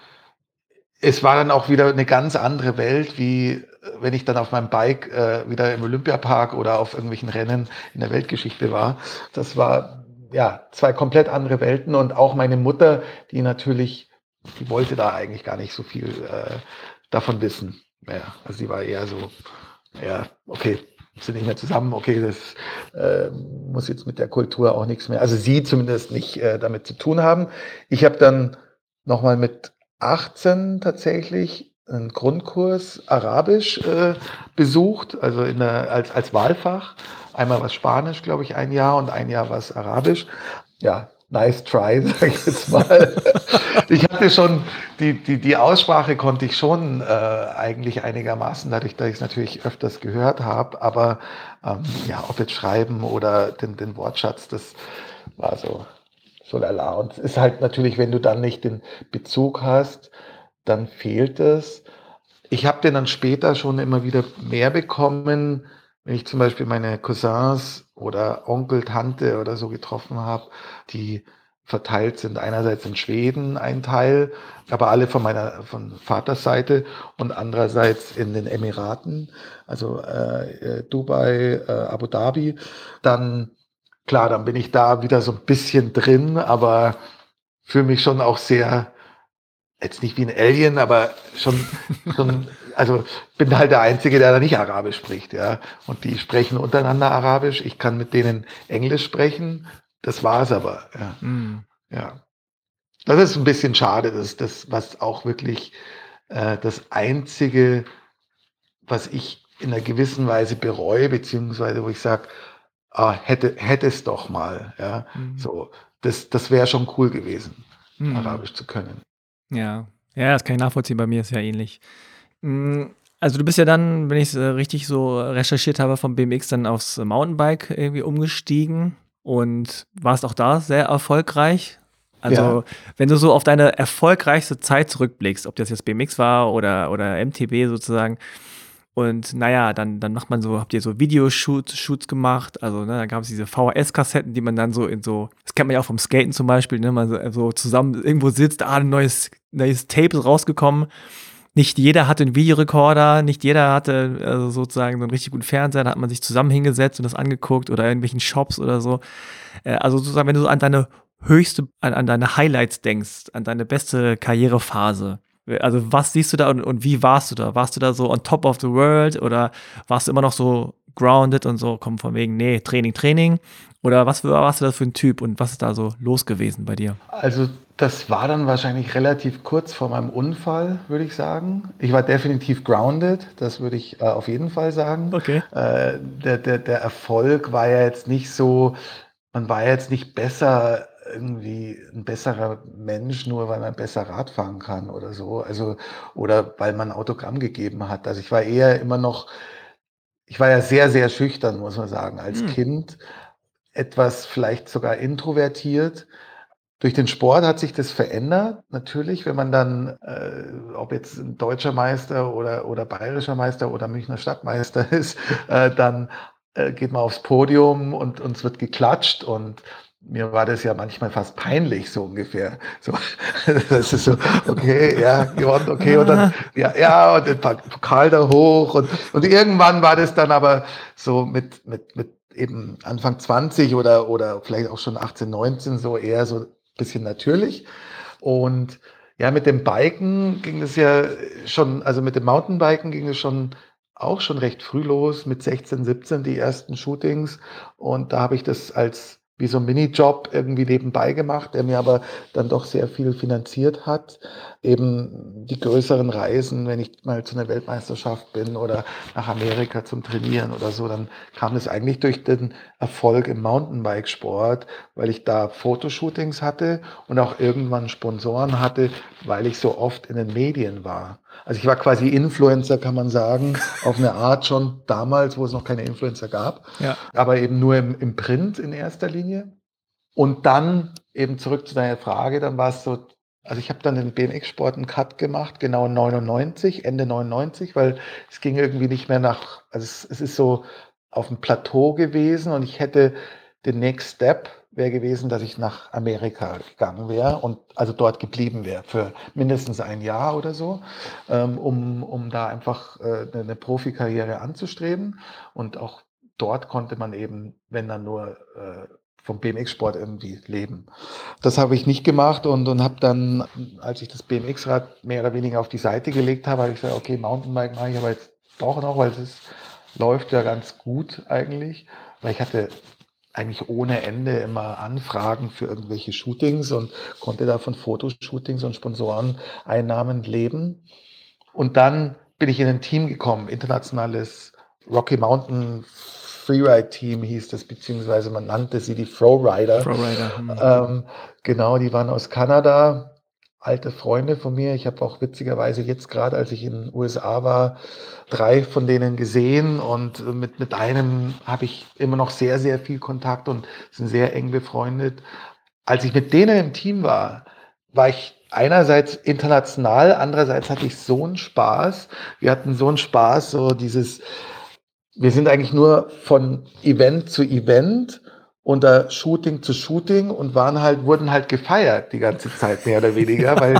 es war dann auch wieder eine ganz andere Welt, wie wenn ich dann auf meinem Bike, wieder im Olympiapark oder auf irgendwelchen Rennen in der Weltgeschichte war. Das war, ja, 2 komplett andere Welten und auch meine Mutter, die natürlich die wollte da eigentlich gar nicht so viel, davon wissen. Ja, also sie war eher so: „Ja, okay, sind nicht mehr zusammen, okay, das, muss jetzt mit der Kultur auch nichts mehr“, also sie zumindest nicht, damit zu tun haben. Ich habe dann noch mal mit 18 tatsächlich einen Grundkurs Arabisch, besucht, also in der als Wahlfach. Einmal war's Spanisch, glaube ich, ein Jahr und ein Jahr war's Arabisch. Ja, nice try, sage ich jetzt mal. Ich hatte schon die Aussprache konnte ich schon, eigentlich einigermaßen, dadurch, dass ich's natürlich öfters gehört habe, aber, ja, ob jetzt Schreiben oder den Wortschatz, das war so lala. Und es ist halt natürlich, wenn du dann nicht den Bezug hast, dann fehlt es. Ich habe den dann später schon immer wieder mehr bekommen, wenn ich zum Beispiel meine Cousins oder Onkel, Tante oder so getroffen habe, die verteilt sind. Einerseits in Schweden ein Teil, aber alle von Vaters Seite und andererseits in den Emiraten, also Dubai, Abu Dhabi. Dann klar, dann bin ich da wieder so ein bisschen drin, aber fühle mich schon auch sehr jetzt nicht wie ein Alien, aber schon also, bin halt der Einzige, der da nicht Arabisch spricht, ja. Und die sprechen untereinander Arabisch. Ich kann mit denen Englisch sprechen. Das war's aber, ja. Mhm. Ja. Das ist ein bisschen schade. Das ist das, was auch wirklich, das Einzige, was ich in einer gewissen Weise bereue, beziehungsweise wo ich sage: „Ah, hätte es doch mal“, ja. Mhm. So, das wäre schon cool gewesen, Mhm. Arabisch zu können. Ja. Ja, das kann ich nachvollziehen, bei mir ist ja ähnlich. Also, du bist ja dann, wenn ich's, richtig so recherchiert habe, vom BMX dann aufs Mountainbike irgendwie umgestiegen und warst auch da sehr erfolgreich. Ja. Also, wenn du so auf deine erfolgreichste Zeit zurückblickst, ob das jetzt BMX war oder MTB sozusagen und na ja, dann macht man so habt ihr so Videoshoots gemacht? Also, ne, da gab's diese VHS-Kassetten, die man dann so in so das kennt man ja auch vom Skaten zum Beispiel, ne, man so zusammen irgendwo sitzt, 'n neues Tape ist rausgekommen. Nicht jeder hatte 'n Videorekorder, nicht jeder hatte, sozusagen so 'n richtig guten Fernseher, da hat man sich zusammen hingesetzt und das angeguckt oder irgendwelchen Shops oder so. Also sozusagen, wenn du so an deine Highlights denkst, an deine beste Karrierephase. Also, was siehst du da und wie warst du da? Warst du da so on top of the world oder warst du immer noch so grounded und so, komm von wegen: „Ne, Training, Training“? Oder was warst du da für 'n Typ und was ist da so los gewesen bei dir? Also, das war dann wahrscheinlich relativ kurz vor meinem Unfall, würde ich sagen. Ich war definitiv grounded, das würde ich, auf jeden Fall sagen. Okay. Der Erfolg war ja jetzt nicht so man war ja jetzt nicht besser irgendwie ein besserer Mensch, nur weil man besser Rad fahren kann oder so, also oder weil man 'n Autogramm gegeben hat. Also, ich war ja sehr, sehr schüchtern, muss man sagen, als Hm. Kind, etwas vielleicht sogar introvertiert. Durch den Sport hat sich das verändert, natürlich, wenn man dann, ob jetzt 'n deutscher Meister oder bayerischer Meister oder Münchner Stadtmeister ist, dann, geht man aufs Podium und es wird geklatscht und mir war das ja manchmal fast peinlich, so ungefähr. So, das ist so: „Okay, ja, gewonnen, okay.“ Und dann Ah. ja, und den Pokal da hoch und irgendwann war das dann aber so mit eben Anfang 20 oder vielleicht auch schon 18, 19 so eher so bisschen natürlich. Und ja, mit dem Biken ging es ja schon also, mit dem Mountainbiken ging es schon auch schon recht früh los, mit 16, 17 die ersten Shootings. Und da habe ich das als wie so 'n Minijob irgendwie nebenbei gemacht, der mir aber dann doch sehr viel finanziert hat. Eben die größeren Reisen, wenn ich mal zu 'ner Weltmeisterschaft bin oder nach Amerika zum Trainieren oder so, dann kam das eigentlich durch den Erfolg im Mountainbikesport, weil ich da Fotoshootings hatte und auch irgendwann Sponsoren hatte, weil ich so oft in den Medien war. Also, ich war quasi Influencer, kann man sagen, auf eine Art schon damals, wo es noch keine Influencer gab, Ja. aber eben nur im Print in erster Linie. Und dann eben zurück zu deiner Frage, dann war es so also, ich habe dann den BMX-Sport 'n Cut gemacht, genau 99, Ende 99, weil es ging irgendwie nicht mehr also, es ist so auf'm Plateau gewesen und ich hätte den Next Step wäre gewesen, dass ich nach Amerika gegangen wäre und also dort geblieben wäre für mindestens ein Jahr oder so, um da einfach eine Profikarriere anzustreben. Und auch dort konnte man eben, wenn dann nur vom BMX-Sport irgendwie leben. Das habe ich nicht gemacht und habe dann, als ich das BMX-Rad mehr oder weniger auf die Seite gelegt habe, habe ich gesagt, okay, Mountainbike mache ich aber jetzt doch noch, weil es läuft ja ganz gut eigentlich. Weil ich hatte eigentlich ohne Ende immer Anfragen für irgendwelche Shootings und konnte da von Fotoshootings und Sponsoreneinnahmen leben. Und dann bin ich in ein Team gekommen, internationales Rocky Mountain Freeride Team hieß das, beziehungsweise man nannte sie die Flowrider. Flowrider. Genau, die waren aus Kanada, alte Freunde von mir. Ich habe auch witzigerweise jetzt gerade, als ich in den USA war, 3 von denen gesehen und mit einem habe ich immer noch sehr, sehr viel Kontakt und sind sehr eng befreundet. Als ich mit denen im Team war ich einerseits international, andererseits hatte ich so einen Spaß. Wir hatten so einen Spaß, so dieses wir sind eigentlich nur von Event zu Event und Shooting zu Shooting und wurden halt gefeiert die ganze Zeit mehr oder weniger, weil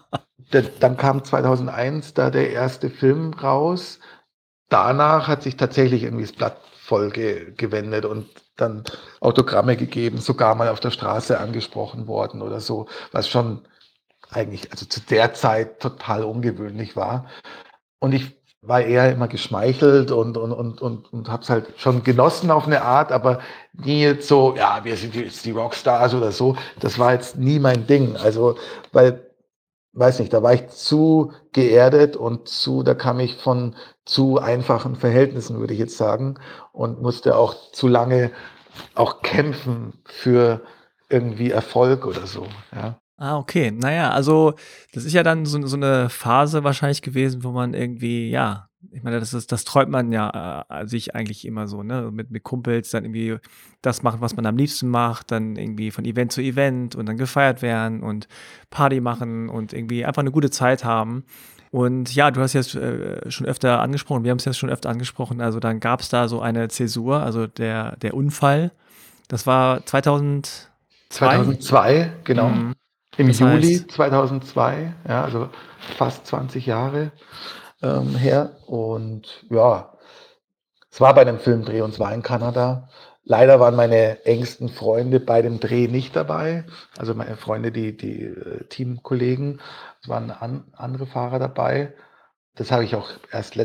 dann kam 2001 da der erste Film raus. Danach hat sich tatsächlich irgendwie das Blatt voll gewendet und dann Autogramme gegeben, sogar mal auf der Straße angesprochen worden oder so, was schon eigentlich, also zu der Zeit total ungewöhnlich war. Und ich war eher immer geschmeichelt und habe es halt schon genossen auf eine Art, aber nie jetzt so, ja, wir sind jetzt die Rockstars oder so. Das war jetzt nie mein Ding. Also, weil, weiß nicht, da war ich zu geerdet und da kam ich von zu einfachen Verhältnissen, würde ich jetzt sagen, und musste auch zu lange auch kämpfen für irgendwie Erfolg oder so, ja. Ah, okay. Naja, also, das ist ja dann so 'ne Phase wahrscheinlich gewesen, wo man irgendwie ja, ich meine, das träumt man ja, sich eigentlich immer so, ne? Mit Kumpels dann irgendwie das machen, was man am liebsten macht, dann irgendwie von Event zu Event und dann gefeiert werden und Party machen und irgendwie einfach 'ne gute Zeit haben. Und ja, du hast jetzt, schon öfter angesprochen, wir haben's jetzt schon öfter angesprochen, also, dann gab's da so eine Zäsur, also, der Unfall. Das war 2002? 2002, genau. Mhm. Im Das Juli heißt 2002, ja, also fast 20 Jahre her. Und ja, es war bei einem Filmdreh und es war in Kanada. Leider waren meine engsten Freunde bei dem Dreh nicht dabei. Also meine Freunde, die Teamkollegen, es waren andere Fahrer dabei. Das habe ich auch erst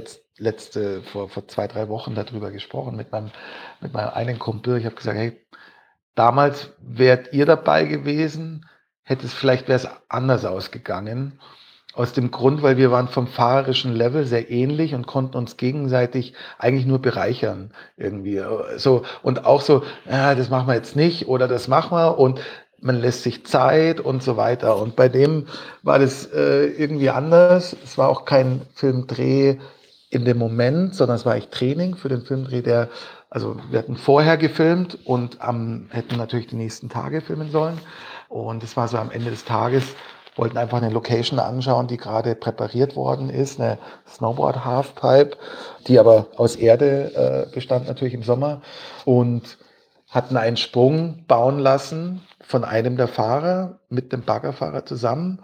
vor 2, 3 Wochen darüber gesprochen mit meinem einen Kumpel. Ich habe gesagt, hey, damals wärt ihr dabei gewesen, wäre es anders ausgegangen. Aus dem Grund, weil wir waren vom fahrerischen Level sehr ähnlich und konnten uns gegenseitig eigentlich nur bereichern irgendwie. So, und auch so, ja, das machen wir jetzt nicht oder das machen wir und man lässt sich Zeit und so weiter. Und bei dem war das irgendwie anders. Es war auch kein Filmdreh in dem Moment, sondern es war echt Training für den Filmdreh, also wir hatten vorher gefilmt und hätten natürlich die nächsten Tage filmen sollen. Und es war so am Ende des Tages, wollten einfach eine Location anschauen, die gerade präpariert worden ist, eine Snowboard Halfpipe, die aber aus Erde bestand natürlich im Sommer und hatten einen Sprung bauen lassen von einem der Fahrer mit dem Baggerfahrer zusammen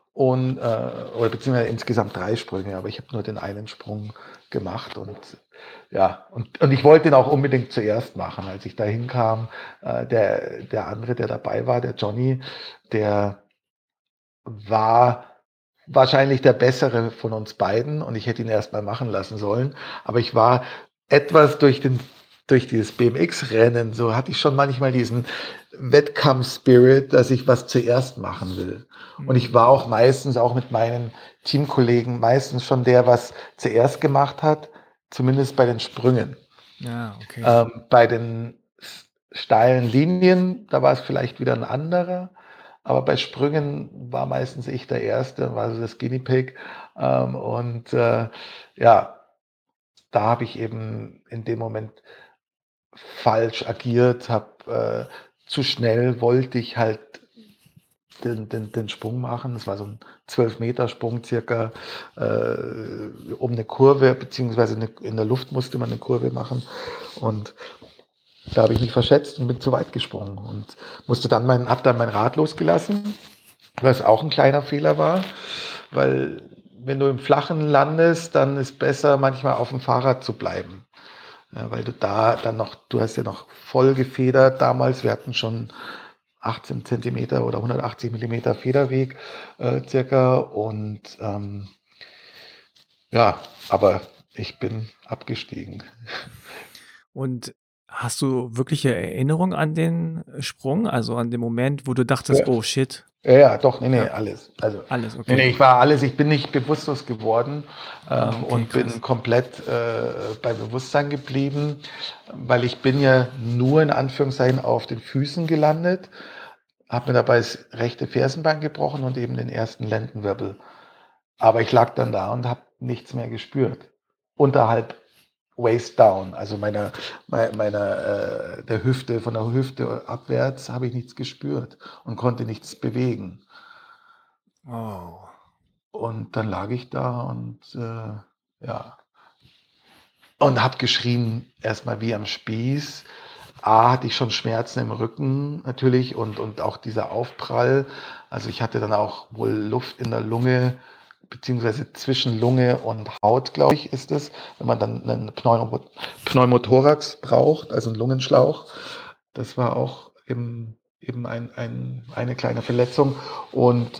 oder beziehungsweise insgesamt 3 Sprünge, aber ich habe nur den einen Sprung gemacht und ja, und ich wollte den auch unbedingt zuerst machen. Als ich da hinkam, der andere, der dabei war, der Johnny, der war wahrscheinlich der Bessere von uns beiden und ich hätte ihn erst mal machen lassen sollen. Aber ich war etwas durch dieses BMX-Rennen, so hatte ich schon manchmal diesen Wettkampf-Spirit, dass ich was zuerst machen will. Und ich mhm. war auch meistens, auch mit meinen Teamkollegen, meistens schon der, was zuerst gemacht hat, zumindest bei den Sprüngen. Ja, okay. Bei den steilen Linien, da war es vielleicht wieder ein anderer, aber bei Sprüngen war meistens ich der Erste und war so das Guinea Pig. Ja, da habe ich eben in dem Moment falsch agiert, habe zu schnell wollte ich halt den Sprung machen. Das war so ein 12-Meter-Sprung circa um eine Kurve, beziehungsweise in der Luft musste man eine Kurve machen. Und Da habe ich mich verschätzt und bin zu weit gesprungen und musste dann habe dann mein Rad losgelassen, was auch ein kleiner Fehler war, weil wenn du im Flachen landest, dann ist besser, manchmal auf dem Fahrrad zu bleiben. Ja, weil du da dann noch, du hast ja noch voll gefedert damals, wir hatten schon 18 Zentimeter oder 180 Millimeter Federweg circa und ja, aber ich bin abgestiegen. Und hast du wirkliche Erinnerung an den Sprung? Also, an den Moment, wo du dachtest: Ja. „Oh shit“? Ja, ja, doch, ne, Ja, ne, alles. Also, alles, ne, okay. ne, ich war alles, ich bin nicht bewusstlos geworden, Ah, okay, und bin krass. komplett, bei Bewusstsein geblieben, weil ich bin ja nur in Anführungszeichen auf den Füßen gelandet, habe mir dabei das rechte Fersenbein gebrochen und eben den ersten Lendenwirbel. Aber ich lag dann da und habe nichts mehr gespürt. Unterhalb waist down, also der Hüfte, von der Hüfte abwärts habe ich nichts gespürt und konnte nichts bewegen. Oh. Und dann lag ich da und, ja, und habe geschrien, erstmal wie am Spieß. A, hatte ich schon Schmerzen im Rücken natürlich und auch dieser Aufprall. Also, ich hatte dann auch wohl Luft in der Lunge, beziehungsweise zwischen Lunge und Haut, glaube ich, ist es, wenn man dann 'nen Pneumothorax braucht, also 'n Lungenschlauch. Das war auch eben eine kleine Verletzung und,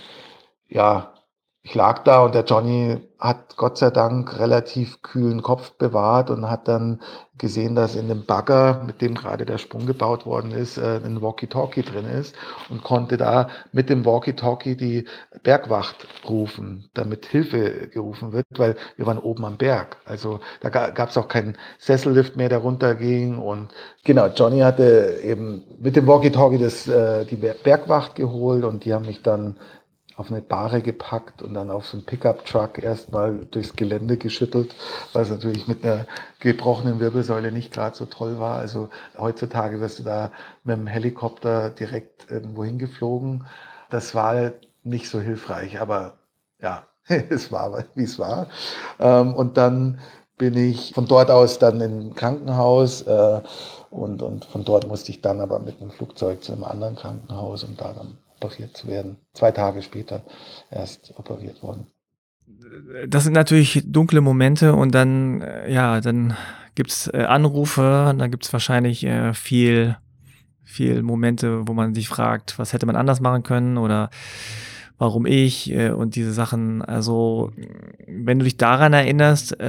ja, ich lag da und der Johnny hat Gott sei Dank relativ kühlen Kopf bewahrt und hat dann gesehen, dass in dem Bagger, mit dem gerade der Sprung gebaut worden ist, 'n Walkie-Talkie drin ist und konnte da mit dem Walkie-Talkie die Bergwacht rufen, damit Hilfe gerufen wird, weil wir waren oben am Berg. Also, da gab's auch keinen Sessellift mehr, der runterging und genau, Johnny hatte eben mit dem Walkie-Talkie die Bergwacht geholt und die haben mich dann auf eine Bahre gepackt und dann auf so 'n Pickup-Truck erstmal durchs Gelände geschüttelt, was natürlich mit einer gebrochenen Wirbelsäule nicht gerade so toll war. Also, heutzutage wirst du da mit dem Helikopter direkt irgendwo hingeflogen. Das war halt nicht so hilfreich, aber ja, es war, wie es war. Und dann bin ich von dort aus dann im Krankenhaus, und von dort musste ich dann aber mit 'nem Flugzeug zu einem anderen Krankenhaus, um da dann operiert zu werden. 2 Tage später erst operiert worden. Das sind natürlich dunkle Momente und dann, ja, dann gibt's, Anrufe, dann gibt's wahrscheinlich, viel Momente, wo man sich fragt: „Was hätte man anders machen können“ oder „Warum ich?“ und diese Sachen. Also, wenn du dich daran erinnerst,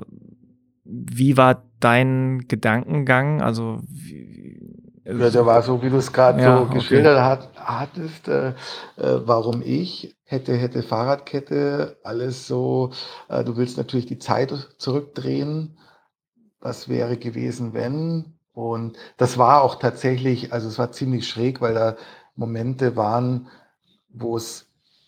wie war dein Gedankengang? Also, Ja, der war so, wie du's grad so ja, okay. geschildert hattest, warum ich, hätte Fahrradkette, alles so, du willst natürlich die Zeit zurückdrehen. Was wäre gewesen, wenn? Und das war auch tatsächlich, also, es war ziemlich schräg, weil da Momente waren, wo es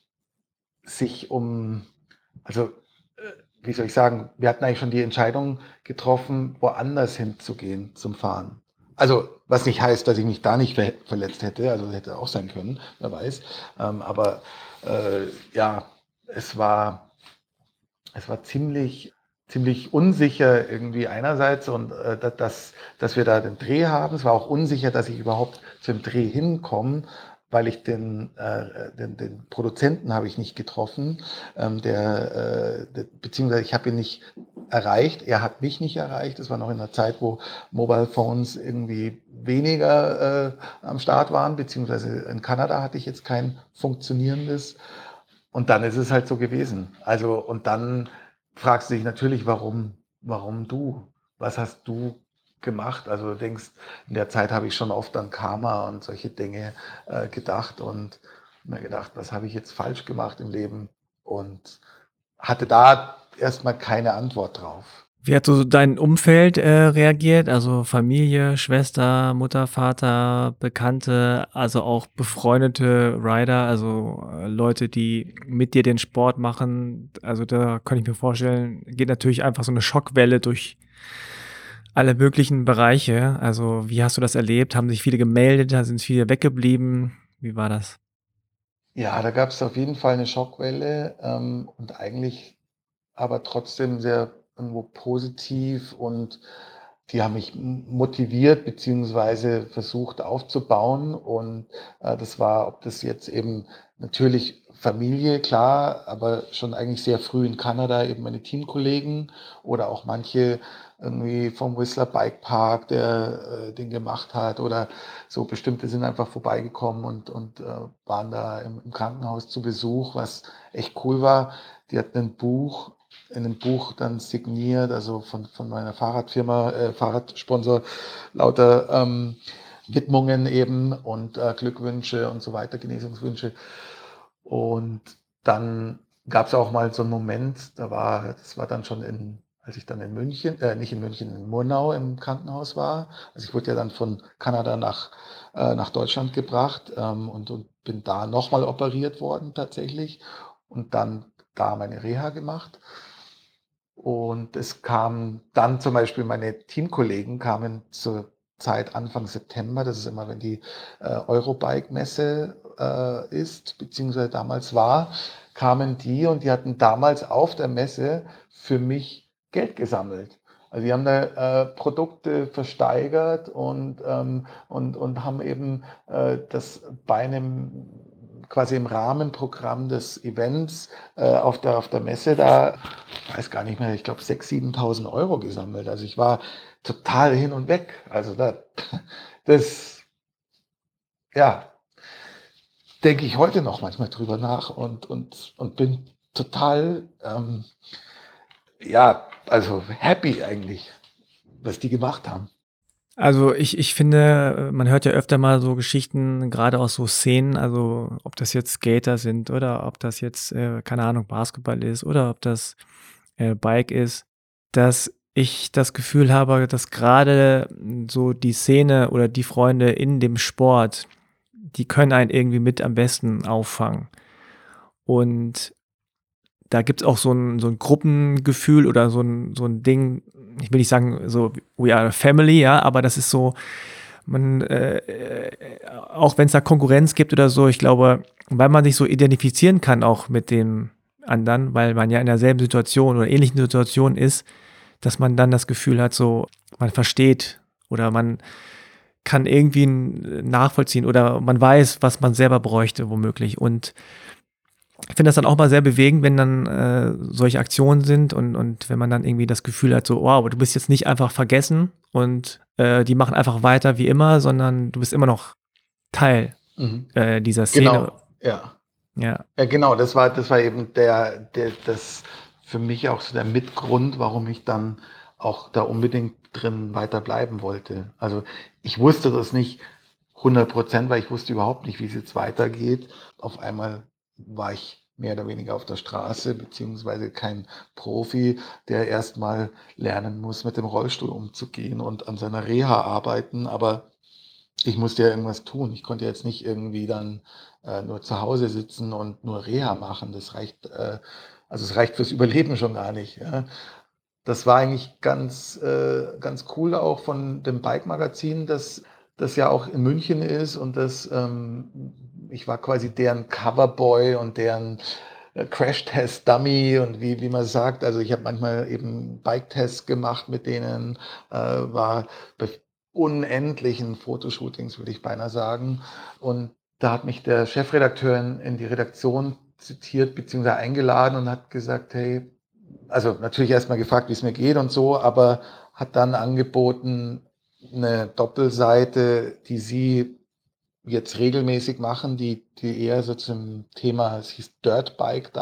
sich um, also, wie soll ich sagen, wir hatten eigentlich schon die Entscheidung getroffen, woanders hinzugehen zum Fahren. Also, was nicht heißt, dass ich mich da nicht verletzt hätte, also, hätte auch sein können, wer weiß. Aber, ja, es war es war ziemlich unsicher irgendwie einerseits und, dass wir da den Dreh haben. Es war auch unsicher, dass ich überhaupt zum Dreh hinkomme, weil ich den Produzenten habe ich nicht getroffen, beziehungsweise ich habe ihn nicht erreicht. Er hat mich nicht erreicht. Das war noch in einer Zeit, wo Mobile Phones irgendwie weniger, am Start waren, beziehungsweise in Kanada hatte ich jetzt kein funktionierendes und dann ist es halt so gewesen. Also, und dann fragst du dich natürlich, warum du? Was hast du gemacht? Also, du denkst, in der Zeit habe ich schon oft an Karma und solche Dinge, gedacht und mir gedacht: „Was habe ich jetzt falsch gemacht im Leben?“ Und hatte da erstmal keine Antwort drauf. Wie hat so dein Umfeld, reagiert? Also Familie, Schwester, Mutter, Vater, Bekannte, also auch befreundete Rider, also, Leute, die mit dir den Sport machen. Also, da könnte ich mir vorstellen, geht natürlich einfach so eine Schockwelle durch alle möglichen Bereiche. Also, wie hast du das erlebt? Haben sich viele gemeldet? Da sind viele weggeblieben? Wie war das? Ja, da gab es auf jeden Fall eine Schockwelle, und eigentlich aber trotzdem sehr irgendwo positiv und die haben mich motiviert beziehungsweise versucht aufzubauen und, das war ob das jetzt eben natürlich Familie, klar, aber schon eigentlich sehr früh in Kanada eben meine Teamkollegen oder auch manche irgendwie vom Whistler Bike Park, der, den gemacht hat oder so bestimmte sind einfach vorbeigekommen und waren da im Krankenhaus zu Besuch, was echt cool war. Die hatten ein Buch in 'nem Buch dann signiert, also von meiner Fahrradfirma, Fahrradsponsor, lauter, Widmungen eben und, Glückwünsche und so weiter, Genesungswünsche. Und dann gab es auch mal so einen Moment, das war dann schon als ich dann in München nicht in München, in Murnau im Krankenhaus war. Also, ich wurde ja dann von Kanada nach Deutschland gebracht, und bin da nochmal operiert worden tatsächlich und dann da meine Reha gemacht. Und es kam dann zum Beispiel meine Teamkollegen kamen zur Zeit Anfang September, das ist immer, wenn die, Eurobike-Messe, ist, beziehungsweise damals war, kamen die und die hatten damals auf der Messe für mich Geld gesammelt. Also, die haben da, Produkte versteigert und haben eben, das bei einem quasi im Rahmenprogramm des Events, auf der Messe da weiß gar nicht mehr, ich glaube 6.000, 7.000 Euro gesammelt. Also ich war total hin und weg. Also das, ja, denke ich heute noch manchmal drüber nach und bin total, ja, also happy eigentlich, was die gemacht haben. Also, ich finde, man hört ja öfter mal so Geschichten, gerade aus so Szenen, also ob das jetzt Skater sind oder ob das jetzt, keine Ahnung, Basketball ist oder ob das, Bike ist, dass ich das Gefühl habe, dass gerade so die Szene oder die Freunde in dem Sport, die können einen irgendwie mit am besten auffangen. Und da gibt's auch so 'n Gruppengefühl oder so 'n Ding, ich will nicht sagen, so „We are a family", ja, aber das ist so, man, auch wenn's da Konkurrenz gibt oder so, ich glaube, weil man sich so identifizieren kann auch mit dem anderen, weil man ja in derselben Situation oder ähnlichen Situation ist, dass man dann das Gefühl hat, so, man versteht oder man kann irgendwie nachvollziehen oder man weiß, was man selber bräuchte womöglich. Und ich finde das dann auch mal sehr bewegend, wenn dann, solche Aktionen sind und wenn man dann irgendwie das Gefühl hat, so: „Wow, du bist jetzt nicht einfach vergessen und, die machen einfach weiter wie immer, sondern du bist immer noch Teil, Mhm. dieser Szene." Genau, ja. Ja. Ja, genau, das war eben das für mich auch so der Mitgrund, warum ich dann auch da unbedingt drin weiter bleiben wollte. Also, ich wusste das nicht 100%, weil ich wusste überhaupt nicht, wie es jetzt weitergeht. Auf einmal war ich mehr oder weniger auf der Straße, beziehungsweise kein Profi, der erst mal lernen muss, mit dem Rollstuhl umzugehen und an seiner Reha arbeiten. Aber ich musste ja irgendwas tun. Ich konnte jetzt nicht irgendwie dann, nur zu Hause sitzen und nur Reha machen. Also, es reicht fürs Überleben schon gar nicht, ja. Das war eigentlich ganz cool auch von dem Bike-Magazin, das ja auch in München ist und ich war quasi deren Coverboy und deren, Crashtest-Dummy und wie man sagt. Also, ich habe manchmal eben Bike-Tests gemacht mit denen, war bei unendlichen Fotoshootings, würde ich beinahe sagen. Und da hat mich der Chefredakteur in die Redaktion zitiert beziehungsweise eingeladen und hat gesagt: „Hey", also natürlich erst mal gefragt, wie es mir geht und so, aber hat dann angeboten, eine Doppelseite, die sie jetzt regelmäßig machen, die eher so zum Thema, es hieß Dirtbike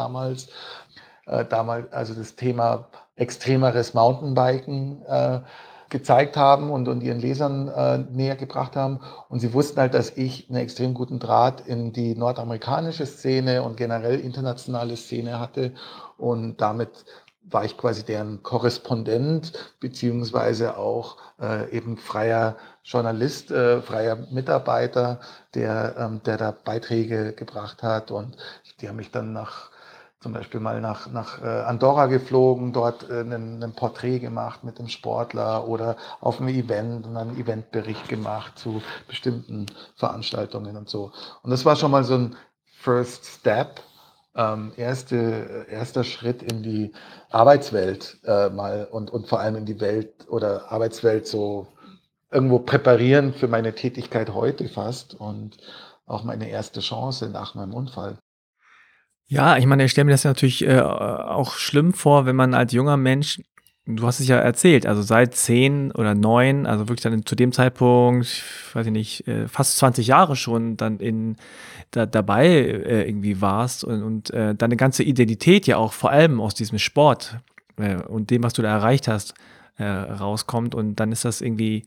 damals, also das Thema extremeres Mountainbiken, gezeigt haben und ihren Lesern, näher gebracht haben. Und sie wussten halt, dass ich einen extrem guten Draht in die nordamerikanische Szene und generell internationale Szene hatte. Und damit war ich quasi deren Korrespondent beziehungsweise auch, eben freier Journalist, freier Mitarbeiter, der da Beiträge gebracht hat. Und die haben mich dann zum Beispiel mal nach Andorra geflogen, dort 'nen Porträt gemacht mit dem Sportler oder auf 'm Event und dann 'n Eventbericht gemacht zu bestimmten Veranstaltungen und so. Und das war schon mal so 'n First Step. erster Schritt in die Arbeitswelt mal und vor allem in die Welt oder Arbeitswelt so irgendwo präparieren für meine Tätigkeit heute fast und auch meine erste Chance nach meinem Unfall. Ja, ich meine, ich stelle mir das ja natürlich, auch schlimm vor, wenn man als junger Mensch du hast es ja erzählt, also seit 10 oder 9, also wirklich dann zu dem Zeitpunkt, weiß ich nicht, fast 20 Jahre schon dann dabei, irgendwie warst und deine ganze Identität ja auch vor allem aus diesem Sport, und dem, was du da erreicht hast, rauskommt und dann ist das irgendwie,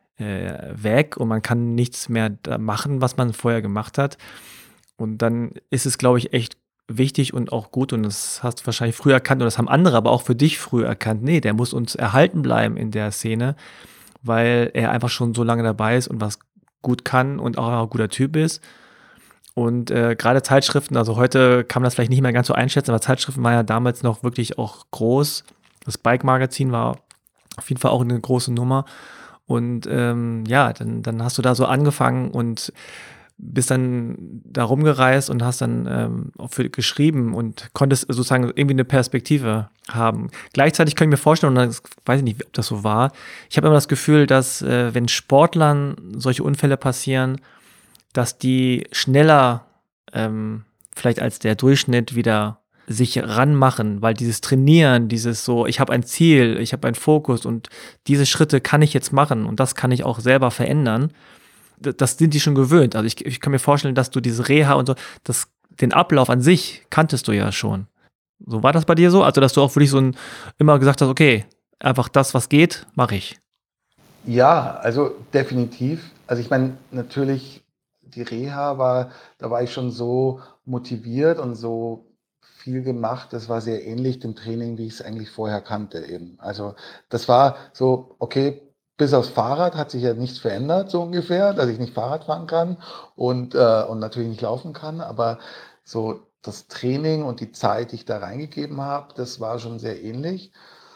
weg und man kann nichts mehr da machen, was man vorher gemacht hat. Und dann ist es, glaube ich, echt wichtig und auch gut und das hast du wahrscheinlich früh erkannt und das haben andere aber auch für dich früh erkannt. Ne, der muss uns erhalten bleiben in der Szene, weil er einfach schon so lange dabei ist und was gut kann und auch ein guter Typ ist. Und, grade Zeitschriften, also heute kann man das vielleicht nicht mehr ganz so einschätzen, aber Zeitschriften waren ja damals noch wirklich auch groß. Das Bike-Magazin war auf jeden Fall auch eine große Nummer. Und, ja, dann hast du da so angefangen und bist dann da rumgereist und hast dann, auch für geschrieben und konntest sozusagen irgendwie eine Perspektive haben. Gleichzeitig kann ich mir vorstellen, und das weiß ich nicht, ob das so war, ich habe immer das Gefühl, dass, wenn Sportlern solche Unfälle passieren, dass die schneller, vielleicht als der Durchschnitt wieder sich ranmachen, weil dieses Trainieren, dieses so: „Ich habe ein Ziel, ich habe einen Fokus und diese Schritte kann ich jetzt machen und das kann ich auch selber verändern.“ Das sind die schon gewöhnt. Also, ich kann mir vorstellen, dass du diese Reha und so den Ablauf an sich kanntest du ja schon. So, war das bei dir so? Also, dass du auch wirklich immer gesagt hast: „Okay, einfach das, was geht, mache ich.“ Ja, also definitiv. Also ich meine, natürlich, die Reha war da war ich schon so motiviert und so viel gemacht. Das war sehr ähnlich dem Training, wie ich es eigentlich vorher kannte eben. Also, das war so, okay, bis aufs Fahrrad hat sich ja nichts verändert, so ungefähr, dass ich nicht Fahrrad fahren kann und natürlich nicht laufen kann. Aber so das Training und die Zeit, die ich da reingegeben habe, das war schon sehr ähnlich.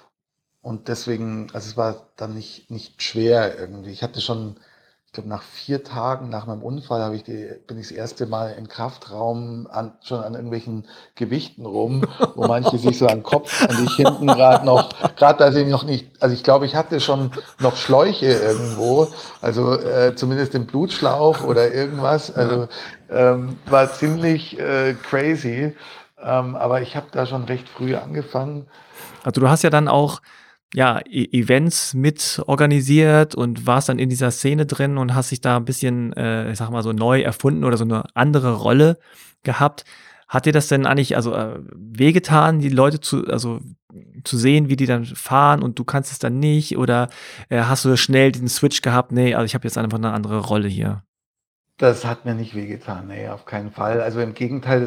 Und deswegen, also es war dann nicht schwer irgendwie. Ich hatte schon, ich glaube, nach 4 Tagen nach meinem Unfall bin ich das erste Mal im Kraftraum schon an irgendwelchen Gewichten rum, wo manche sich so an den Kopf und ich hinten gerade als ich noch nicht, also ich glaube, ich hatte schon noch Schläuche irgendwo, also zumindest im Blutschlauch oder irgendwas. Ja. Also war ziemlich crazy. Aber ich habe da schon recht früh angefangen. Also, du hast ja dann auch, ja, Events mit organisiert und warst dann in dieser Szene drin und hast dich da ein bisschen, ich sage mal, so neu erfunden oder so eine andere Rolle gehabt. Hat dir das denn eigentlich also, wehgetan, die Leute zu sehen, wie die dann fahren und du kannst es dann nicht? Oder, hast du schnell diesen Switch gehabt: „Ne, also, ich habe jetzt einfach eine andere Rolle hier?“ Das hat mir nicht wehgetan, ne, auf keinen Fall. Also, im Gegenteil,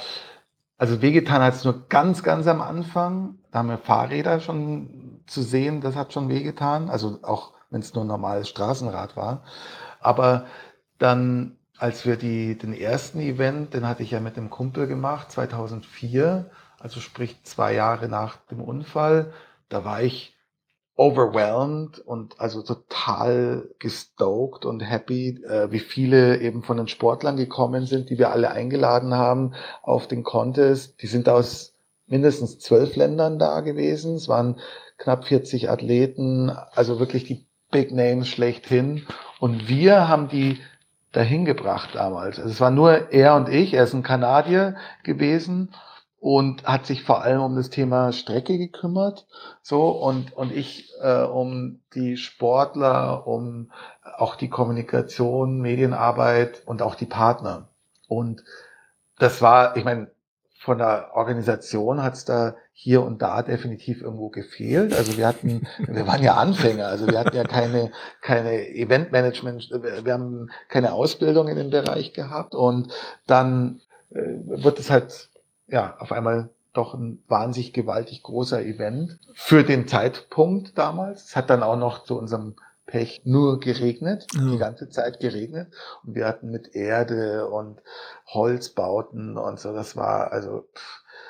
also, wehgetan hat's nur ganz, ganz am Anfang. Da haben wir Fahrräder schon zu sehen, das hat schon wehgetan, also, auch wenn's nur 'n normales Straßenrad war. Aber dann, als wir den ersten Event, den hatte ich ja mit 'nem Kumpel gemacht, 2004, also sprich 2 Jahre nach dem Unfall. Da war ich overwhelmed und also total gestoked und happy, wie viele eben von den Sportlern gekommen sind, die wir alle eingeladen haben auf den Contest. Die sind aus mindestens 12 Ländern da gewesen. Es waren knapp 40 Athleten, also wirklich die Big Names schlechthin. Und wir haben die dahin gebracht damals. Also es war nur er und ich. Er ist ein Kanadier gewesen und hat sich vor allem um das Thema Strecke gekümmert. So, und ich um die Sportler, um auch die Kommunikation, Medienarbeit und auch die Partner. Und das war, ich meine, von der Organisation hat's da hier und da definitiv irgendwo gefehlt. Also wir waren ja Anfänger, also wir hatten ja keine Eventmanagement, wir haben keine Ausbildung in dem Bereich gehabt und dann wird es halt ja auf einmal doch ein wahnsinnig gewaltig großer Event für den Zeitpunkt damals. Es hat dann auch noch zu unserem Pech nur geregnet, die Oh. ganze Zeit geregnet und wir hatten mit Erde und Holzbauten und so. Das war also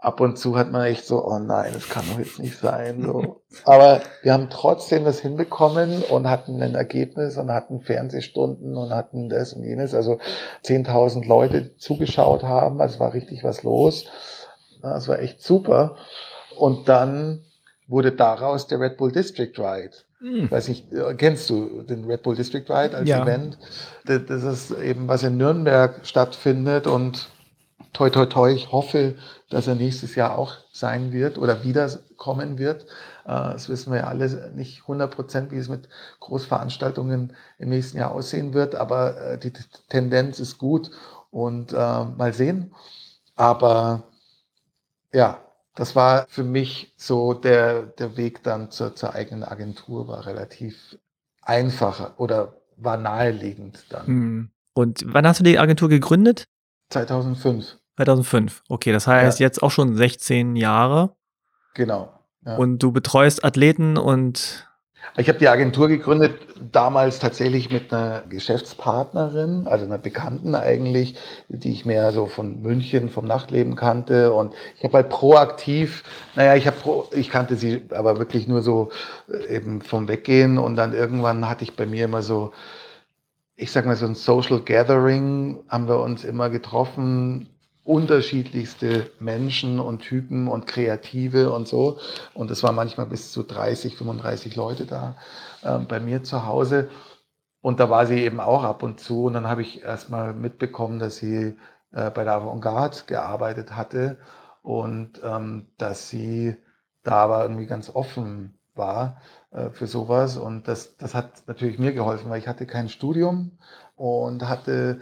ab und zu hat man echt so, oh nein, das kann doch jetzt nicht sein. So. Aber wir haben trotzdem das hinbekommen und hatten ein Ergebnis und hatten Fernsehstunden und hatten das und jenes. Also 10.000 Leute die zugeschaut haben. Also war richtig was los. Das war echt super. Und dann wurde daraus der Red Bull District Ride. Hm. Ich weiß nicht, kennst du den Red Bull District Ride als Ja. Event? Das ist eben, was in Nürnberg stattfindet und toi, toi, toi, ich hoffe, dass er nächstes Jahr auch sein wird oder wiederkommen wird. Das wissen wir ja alle nicht 100%, wie es mit Großveranstaltungen im nächsten Jahr aussehen wird, aber die Tendenz ist gut und mal sehen. Aber ja, das war für mich so der Weg dann zur eigenen Agentur war relativ einfach oder war naheliegend dann. Hm. Und wann hast du die Agentur gegründet? 2005, 2005. Okay, das heißt ja, jetzt auch schon 16 Jahre genau. Ja. und du betreust Athleten und Ich habe die Agentur gegründet, damals tatsächlich mit einer Geschäftspartnerin, also einer Bekannten eigentlich, die ich mehr so von München, vom Nachtleben kannte. Und ich habe halt proaktiv, naja, ich kannte sie aber wirklich nur so eben vom Weggehen. Und dann irgendwann hatte ich bei mir immer so, ich sag mal, so ein Social Gathering, haben wir uns immer getroffen, unterschiedlichste Menschen und Typen und Kreative und so. Und es waren manchmal bis zu 30, 35 Leute da bei mir zu Hause. Und da war sie eben auch ab und zu. Und dann habe ich erstmal mitbekommen, dass sie bei der Avantgarde gearbeitet hatte und dass sie da aber irgendwie ganz offen war für sowas. Und das hat natürlich mir geholfen, weil ich hatte kein Studium und hatte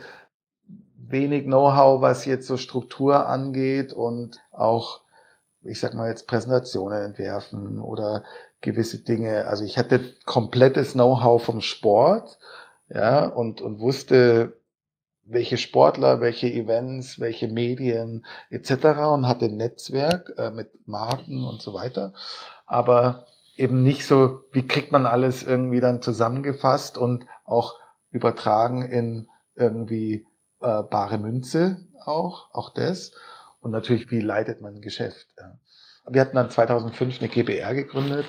wenig Know-how, was jetzt so Struktur angeht und auch, ich sag mal jetzt Präsentationen entwerfen oder gewisse Dinge. Also ich hatte komplettes Know-how vom Sport, ja, und wusste, welche Sportler, welche Events, welche Medien etc. und hatte ein Netzwerk mit Marken und so weiter. Aber eben nicht so, wie kriegt man alles irgendwie dann zusammengefasst und auch übertragen in irgendwie bare Münze auch das. Und natürlich, wie leitet man ein Geschäft? Ja. Wir hatten dann 2005 eine GbR gegründet,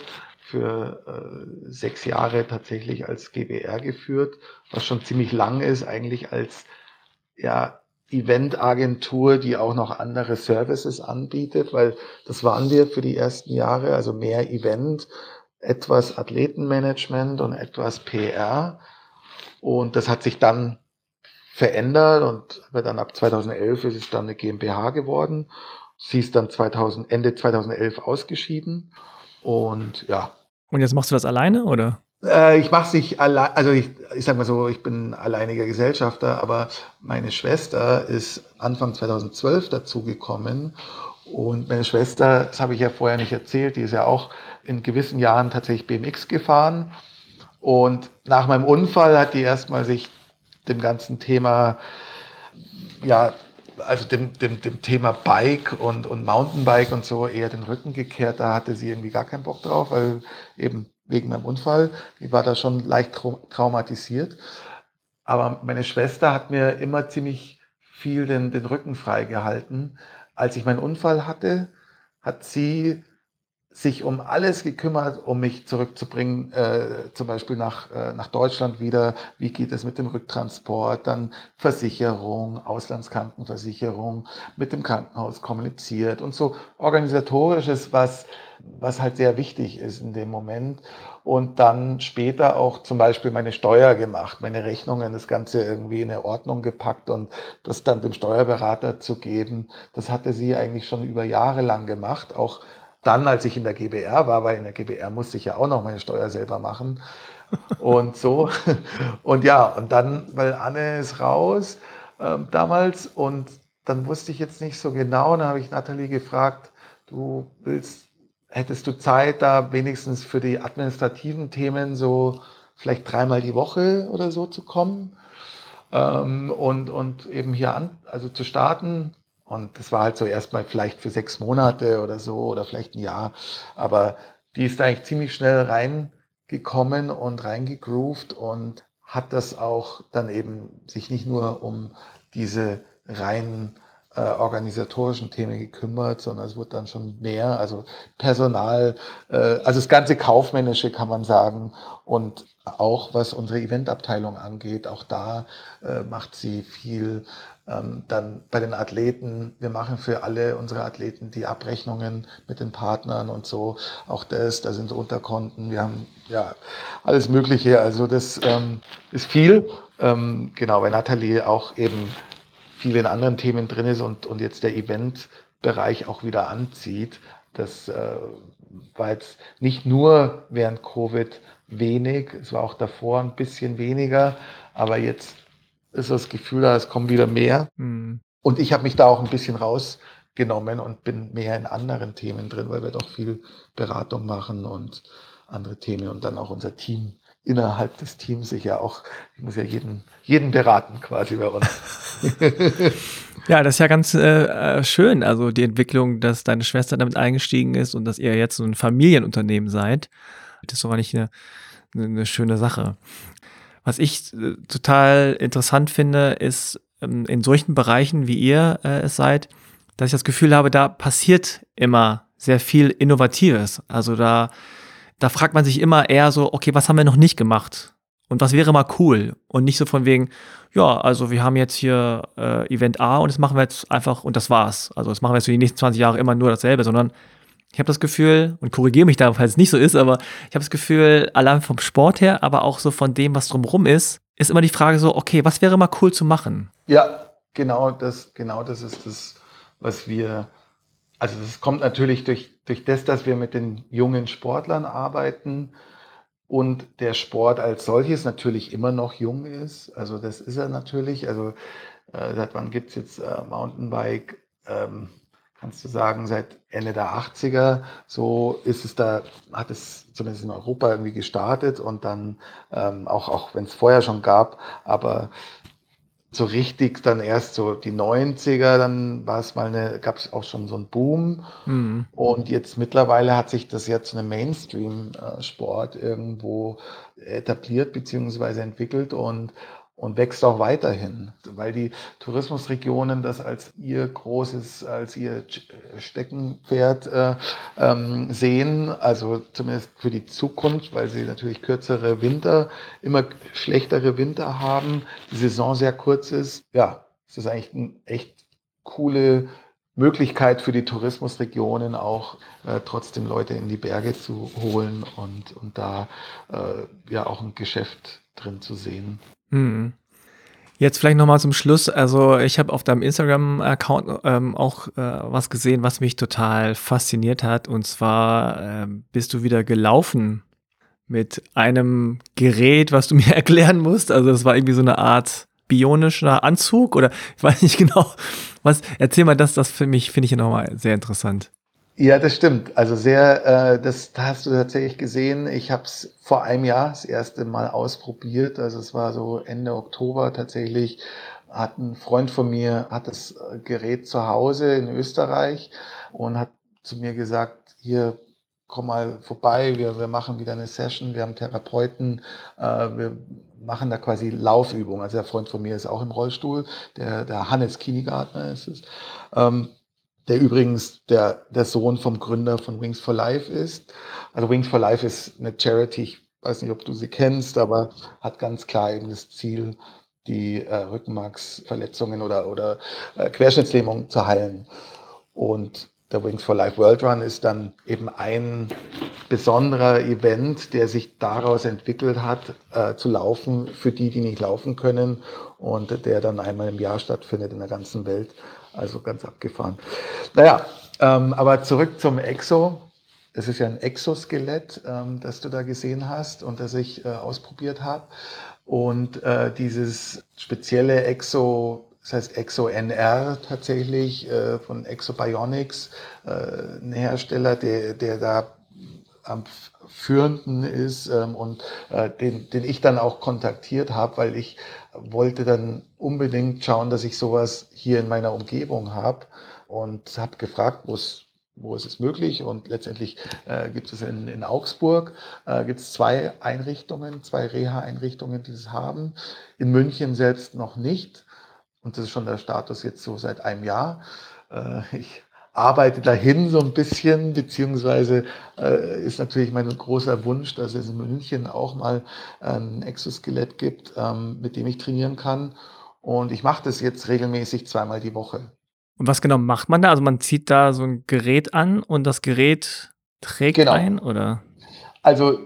für 6 Jahre tatsächlich als GbR geführt, was schon ziemlich lang ist, eigentlich als ja, Eventagentur, die auch noch andere Services anbietet, weil das waren wir für die ersten Jahre, also mehr Event, etwas Athletenmanagement und etwas PR. Und das hat sich dann verändert und dann ab 2011 ist es dann eine GmbH geworden. Sie ist dann Ende 2011 ausgeschieden und ja, jetzt machst du das alleine, oder? ich mache es nicht allein, also ich sage mal so, ich bin alleiniger Gesellschafter, aber meine Schwester ist Anfang 2012 dazugekommen und meine Schwester, das habe ich ja vorher nicht erzählt, die ist ja auch in gewissen Jahren tatsächlich BMX gefahren und nach meinem Unfall hat die erstmal sich dem ganzen Thema, ja, also dem Thema Bike und Mountainbike und so eher den Rücken gekehrt. Da hatte sie irgendwie gar keinen Bock drauf, weil eben wegen meinem Unfall, die war da schon leicht traumatisiert. Aber meine Schwester hat mir immer ziemlich viel den Rücken frei gehalten. Als ich meinen Unfall hatte, hat sie sich um alles gekümmert, um mich zurückzubringen, zum Beispiel nach Deutschland wieder. Wie geht es mit dem Rücktransport? Dann Versicherung, Auslandskrankenversicherung, mit dem Krankenhaus kommuniziert und so organisatorisches, was halt sehr wichtig ist in dem Moment. Und dann später auch zum Beispiel meine Steuer gemacht, meine Rechnungen, das Ganze irgendwie in eine Ordnung gepackt und das dann dem Steuerberater zu geben. Das hatte sie eigentlich schon über Jahre lang gemacht, auch dann, als ich in der GbR war, weil in der GbR musste ich ja auch noch meine Steuer selber machen und so. Und ja, und dann, weil Anne ist raus damals und dann wusste ich jetzt nicht so genau, dann habe ich Nathalie gefragt, hättest du Zeit, da wenigstens für die administrativen Themen so vielleicht 3-mal die Woche oder so zu kommen? Und eben hier also zu starten. Und das war halt so erstmal vielleicht für 6 Monate oder so oder vielleicht ein Jahr. Aber die ist da eigentlich ziemlich schnell reingekommen und reingegroovt und hat das auch dann eben sich nicht nur um diese reinen organisatorischen Themen gekümmert, sondern es wird dann schon mehr, also Personal, also das ganze Kaufmännische kann man sagen. Und auch was unsere Eventabteilung angeht, auch da macht sie viel. Dann bei den Athleten, wir machen für alle unsere Athleten die Abrechnungen mit den Partnern und so. Auch das, da sind Unterkonten, wir haben ja alles Mögliche. Also das ist viel. Genau, weil Nathalie auch eben viel in anderen Themen drin ist und jetzt der Eventbereich auch wieder anzieht. Das war jetzt nicht nur während Covid wenig, es war auch davor ein bisschen weniger, aber jetzt ist das Gefühl da, es kommen wieder mehr. Mhm. Und ich habe mich da auch ein bisschen rausgenommen und bin mehr in anderen Themen drin, weil wir doch viel Beratung machen und andere Themen und dann auch unser Team innerhalb des Teams sich ja auch, ich muss ja jeden beraten quasi bei uns. Ja, das ist ja ganz schön, also die Entwicklung, dass deine Schwester damit eingestiegen ist und dass ihr jetzt so ein Familienunternehmen seid. Das ist doch eigentlich eine schöne Sache. Was ich total interessant finde, ist in solchen Bereichen, wie ihr es seid, dass ich das Gefühl habe, da passiert immer sehr viel Innovatives. Also da fragt man sich immer eher so, okay, was haben wir noch nicht gemacht? Und was wäre mal cool? Und nicht so von wegen, ja, also wir haben jetzt hier Event A und das machen wir jetzt einfach und das war's. Also das machen wir jetzt für die nächsten 20 Jahre immer nur dasselbe, sondern ich habe das Gefühl, und korrigiere mich da, falls es nicht so ist, aber ich habe das Gefühl, allein vom Sport her, aber auch so von dem, was drumherum ist immer die Frage so, okay, was wäre mal cool zu machen? Ja, genau das ist das, was wir, also das kommt natürlich durch das, dass wir mit den jungen Sportlern arbeiten und der Sport als solches natürlich immer noch jung ist. Also das ist er natürlich. Also seit wann gibt es jetzt Mountainbike? Kannst du sagen, seit Ende der 80er, so ist es da, hat es zumindest in Europa irgendwie gestartet und dann auch wenn es vorher schon gab, aber so richtig dann erst so die 90er, dann war es mal gab es auch schon so einen Boom. Mhm. Und jetzt mittlerweile hat sich das ja zu einem Mainstream-Sport irgendwo etabliert beziehungsweise entwickelt und wächst auch weiterhin, weil die Tourismusregionen das als ihr Steckenpferd sehen, also zumindest für die Zukunft, weil sie natürlich kürzere Winter, immer schlechtere Winter haben, die Saison sehr kurz ist. Ja, es ist eigentlich eine echt coole Möglichkeit für die Tourismusregionen auch trotzdem Leute in die Berge zu holen und da ja auch ein Geschäft drin zu sehen. Mhm. Jetzt vielleicht nochmal zum Schluss. Also ich habe auf deinem Instagram-Account auch was gesehen, was mich total fasziniert hat. Und zwar bist du wieder gelaufen mit einem Gerät, was du mir erklären musst. Also das war irgendwie so eine Art bionischer Anzug oder ich weiß nicht genau. Was? Erzähl mal das für mich, finde ich ja nochmal sehr interessant. Ja, das stimmt. Also da hast du tatsächlich gesehen. Ich habe es vor einem Jahr das erste Mal ausprobiert. Also es war so Ende Oktober tatsächlich. Hat ein Freund von mir, hat das Gerät zu Hause in Österreich und hat zu mir gesagt, hier, komm mal vorbei, wir machen wieder eine Session, wir haben Therapeuten, wir machen da quasi Laufübungen. Also der Freund von mir ist auch im Rollstuhl, der Hannes Kienigartner ist es. Der übrigens der Sohn vom Gründer von Wings for Life ist. Also Wings for Life ist eine Charity, ich weiß nicht, ob du sie kennst, aber hat ganz klar eben das Ziel, die Rückenmarksverletzungen oder Querschnittslähmung zu heilen. Und der Wings for Life World Run ist dann eben ein besonderer Event, der sich daraus entwickelt hat, zu laufen für die, die nicht laufen können und der dann einmal im Jahr stattfindet in der ganzen Welt. Also ganz abgefahren. Naja, aber zurück zum Exo. Es ist ja ein Exoskelett, das du da gesehen hast und das ich ausprobiert habe. Und dieses spezielle Exo, das heißt Exo NR tatsächlich, von Exobionics, ein Hersteller, der da am führenden ist und den ich dann auch kontaktiert habe, weil ich wollte dann unbedingt schauen, dass ich sowas hier in meiner Umgebung habe und habe gefragt, wo ist es möglich und letztendlich gibt es in Augsburg gibt es zwei Einrichtungen, zwei Reha-Einrichtungen, die es haben, in München selbst noch nicht. Und das ist schon der Status jetzt so seit einem Jahr. Ich arbeite dahin so ein bisschen, beziehungsweise ist natürlich mein großer Wunsch, dass es in München auch mal ein Exoskelett gibt, mit dem ich trainieren kann. Und ich mache das jetzt regelmäßig zweimal die Woche. Und was genau macht man da? Also, man zieht da so 'n Gerät an und das Gerät trägt einen, Genau. oder? Also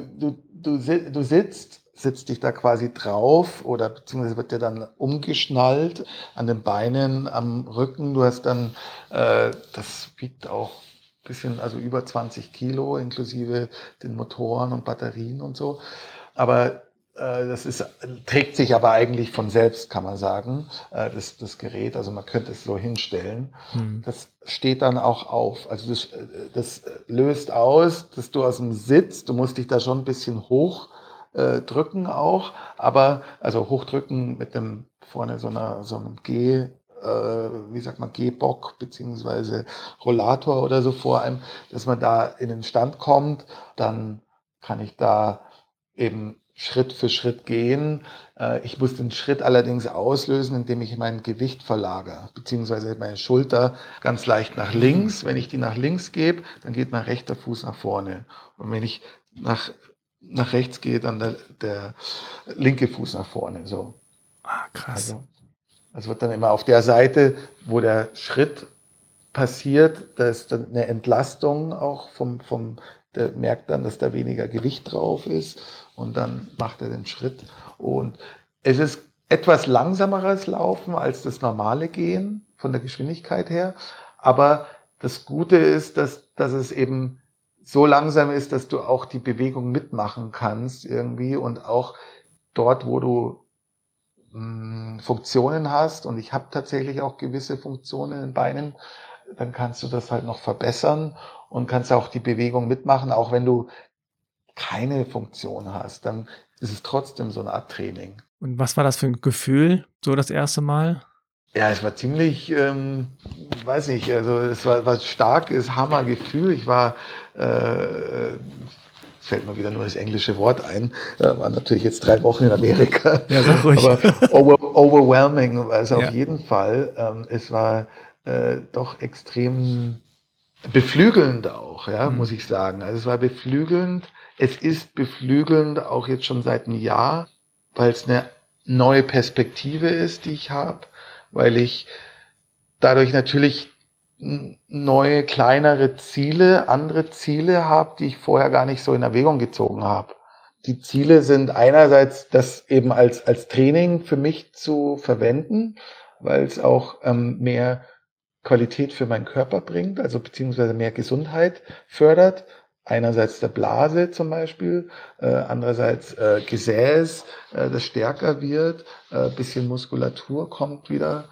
du sitzt dich da quasi drauf oder beziehungsweise wird dir dann umgeschnallt an den Beinen, am Rücken. Du hast dann, das wiegt auch ein bisschen, also über 20 Kilo inklusive den Motoren und Batterien und so. Aber das trägt sich aber eigentlich von selbst, kann man sagen, das Gerät. Also man könnte es so hinstellen. Mhm. Das steht dann auch auf. Also das löst aus, dass du aus dem Sitz, du musst dich da schon ein bisschen hoch drücken auch, aber also hochdrücken mit dem vorne so einem wie sagt man, Gehbock beziehungsweise Rollator oder so vor einem, dass man da in den Stand kommt, dann kann ich da eben Schritt für Schritt gehen. Ich muss den Schritt allerdings auslösen, indem ich mein Gewicht verlagere, beziehungsweise meine Schulter ganz leicht nach links. Wenn ich die nach links gebe, dann geht mein rechter Fuß nach vorne. Und wenn ich nach rechts gehe, dann der linke Fuß nach vorne. So. Ah, krass. Also, es wird dann immer auf der Seite, wo der Schritt passiert, da ist dann eine Entlastung auch der merkt dann, dass da weniger Gewicht drauf ist und dann macht er den Schritt. Und es ist etwas langsameres Laufen als das normale Gehen von der Geschwindigkeit her. Aber das Gute ist, dass es eben so langsam ist, dass du auch die Bewegung mitmachen kannst irgendwie und auch dort, wo du Funktionen hast, und ich habe tatsächlich auch gewisse Funktionen in den Beinen, dann kannst du das halt noch verbessern und kannst auch die Bewegung mitmachen, auch wenn du keine Funktion hast, dann ist es trotzdem so eine Art Training. Und was war das für 'n Gefühl, so das erste Mal? Ja, es war ziemlich, weiß nicht, also es war ein starkes Hammergefühl. Ich war, es fällt mir wieder nur das englische Wort ein, war natürlich jetzt 3 Wochen in Amerika, Ja, sag ruhig. aber overwhelming war es auf Ja. jeden Fall. Es war doch extrem beflügelnd auch, ja, Mhm. muss ich sagen. Also es war beflügelnd. Es ist beflügelnd auch jetzt schon seit einem Jahr, weil es eine neue Perspektive ist, die ich habe, weil ich dadurch natürlich neue, kleinere Ziele, andere Ziele habe, die ich vorher gar nicht so in Erwägung gezogen habe. Die Ziele sind einerseits, das eben als Training für mich zu verwenden, weil es auch mehr Qualität für meinen Körper bringt, also beziehungsweise mehr Gesundheit fördert. Einerseits der Blase zum Beispiel, andererseits Gesäß, das stärker wird, bisschen Muskulatur kommt wieder.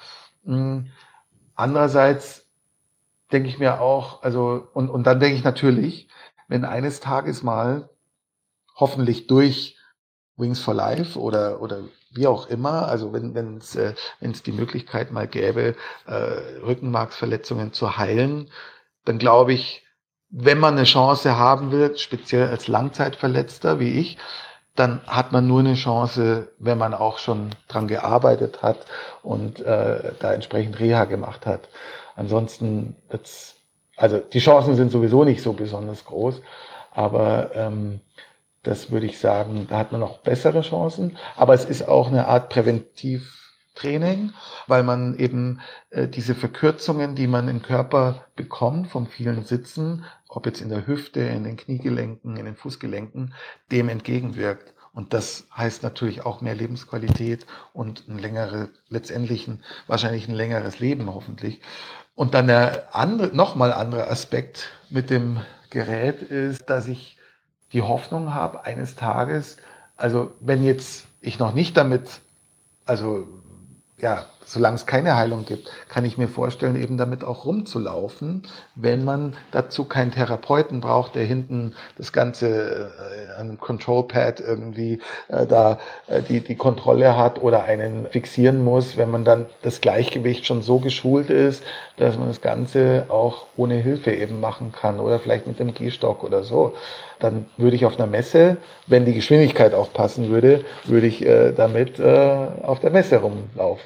Andererseits denke ich mir auch, also, und dann denke ich natürlich, wenn eines Tages mal hoffentlich durch Wings for Life oder wie auch immer, also wenn es die Möglichkeit mal gäbe, Rückenmarksverletzungen zu heilen, dann glaube ich, wenn man eine Chance haben will, speziell als Langzeitverletzter wie ich, dann hat man nur eine Chance, wenn man auch schon dran gearbeitet hat und da entsprechend Reha gemacht hat. Ansonsten also die Chancen sind sowieso nicht so besonders groß, aber das würde ich sagen, da hat man noch bessere Chancen. Aber es ist auch eine Art Präventivtraining, weil man eben diese Verkürzungen, die man im Körper bekommt vom vielen Sitzen, ob jetzt in der Hüfte, in den Kniegelenken, in den Fußgelenken, dem entgegenwirkt. Und das heißt natürlich auch mehr Lebensqualität und wahrscheinlich ein längeres Leben hoffentlich. Und dann der nochmal andere Aspekt mit dem Gerät ist, dass ich die Hoffnung habe, eines Tages, also wenn jetzt ich noch nicht damit, also ja, solange es keine Heilung gibt, kann ich mir vorstellen, eben damit auch rumzulaufen, wenn man dazu keinen Therapeuten braucht, der hinten das Ganze an einem Control Pad irgendwie die Kontrolle hat oder einen fixieren muss, wenn man dann das Gleichgewicht schon so geschult ist, dass man das Ganze auch ohne Hilfe eben machen kann oder vielleicht mit dem Gehstock oder so. Dann würde ich auf einer Messe, wenn die Geschwindigkeit auch passen würde, würde ich damit auf der Messe rumlaufen.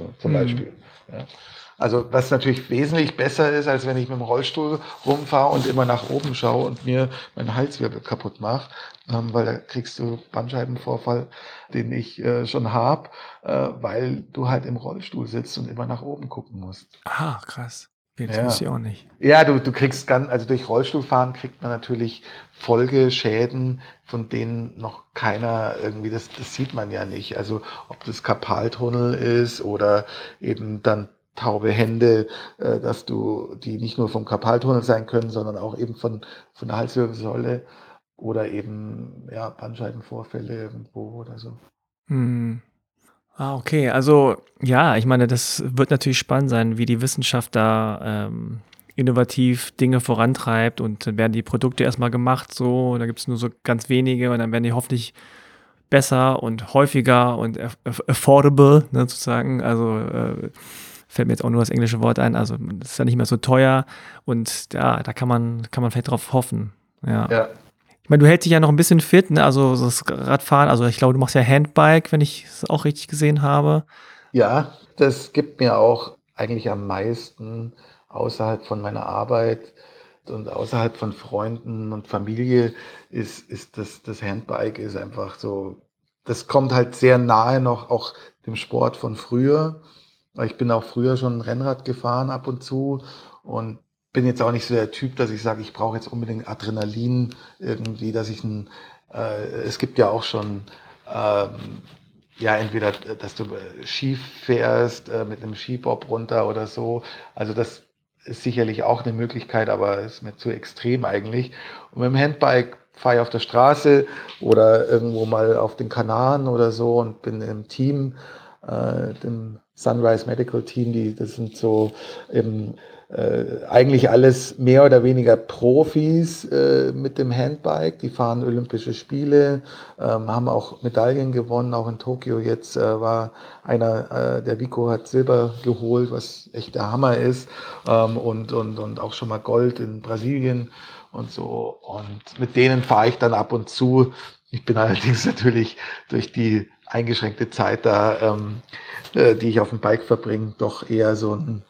zum Beispiel. Ja. Also was natürlich wesentlich besser ist, als wenn ich mit dem Rollstuhl rumfahre und immer nach oben schaue und mir meinen Halswirbel kaputt mache, weil da kriegst du Bandscheibenvorfall, den ich schon habe, weil du halt im Rollstuhl sitzt und immer nach oben gucken musst. Ah, krass. Okay, das wusste Ja. ich auch nicht. Ja, du kriegst also durch Rollstuhlfahren kriegt man natürlich Folgeschäden, von denen noch keiner irgendwie, das sieht man ja nicht. Also ob das Karpaltunnel ist oder eben dann taube Hände, dass die nicht nur vom Karpaltunnel sein können, sondern auch eben von der Halswirbelsäule oder eben ja, Bandscheibenvorfälle irgendwo oder so. Hm. Ah, okay. Also ja, ich meine, das wird natürlich spannend sein, wie die Wissenschaft da innovativ Dinge vorantreibt und dann werden die Produkte erstmal gemacht, so, da gibt es nur so ganz wenige und dann werden die hoffentlich besser und häufiger und affordable, ne, sozusagen. Also fällt mir jetzt auch nur das englische Wort ein. Also das ist ja nicht mehr so teuer und ja, da kann man vielleicht drauf hoffen. Ja. Ja. Ich meine, du hältst dich ja noch ein bisschen fit, ne? Also das Radfahren, also ich glaube, du machst ja Handbike, wenn ich es auch richtig gesehen habe. Ja, das gibt mir auch eigentlich am meisten außerhalb von meiner Arbeit und außerhalb von Freunden und Familie ist das Handbike ist einfach so, das kommt halt sehr nahe noch auch dem Sport von früher. Weil ich bin auch früher schon Rennrad gefahren ab und zu und bin jetzt auch nicht so der Typ, dass ich sage, ich brauche jetzt unbedingt Adrenalin irgendwie, es gibt ja auch schon ja, entweder, dass du Ski fährst, mit einem Skibob runter oder so. Also das ist sicherlich auch eine Möglichkeit, aber ist mir zu extrem eigentlich. Und mit dem Handbike fahre ich auf der Straße oder irgendwo mal auf den Kanaren oder so und bin im Team, dem Sunrise Medical Team, das sind so eben eigentlich alles mehr oder weniger Profis mit dem Handbike. Die fahren Olympische Spiele, haben auch Medaillen gewonnen, auch in Tokio jetzt war einer, der Vico hat Silber geholt, was echt der Hammer ist, und auch schon mal Gold in Brasilien und so. Und mit denen fahre ich dann ab und zu. Ich bin allerdings natürlich durch die eingeschränkte Zeit da, die ich auf dem Bike verbringe, doch eher so ein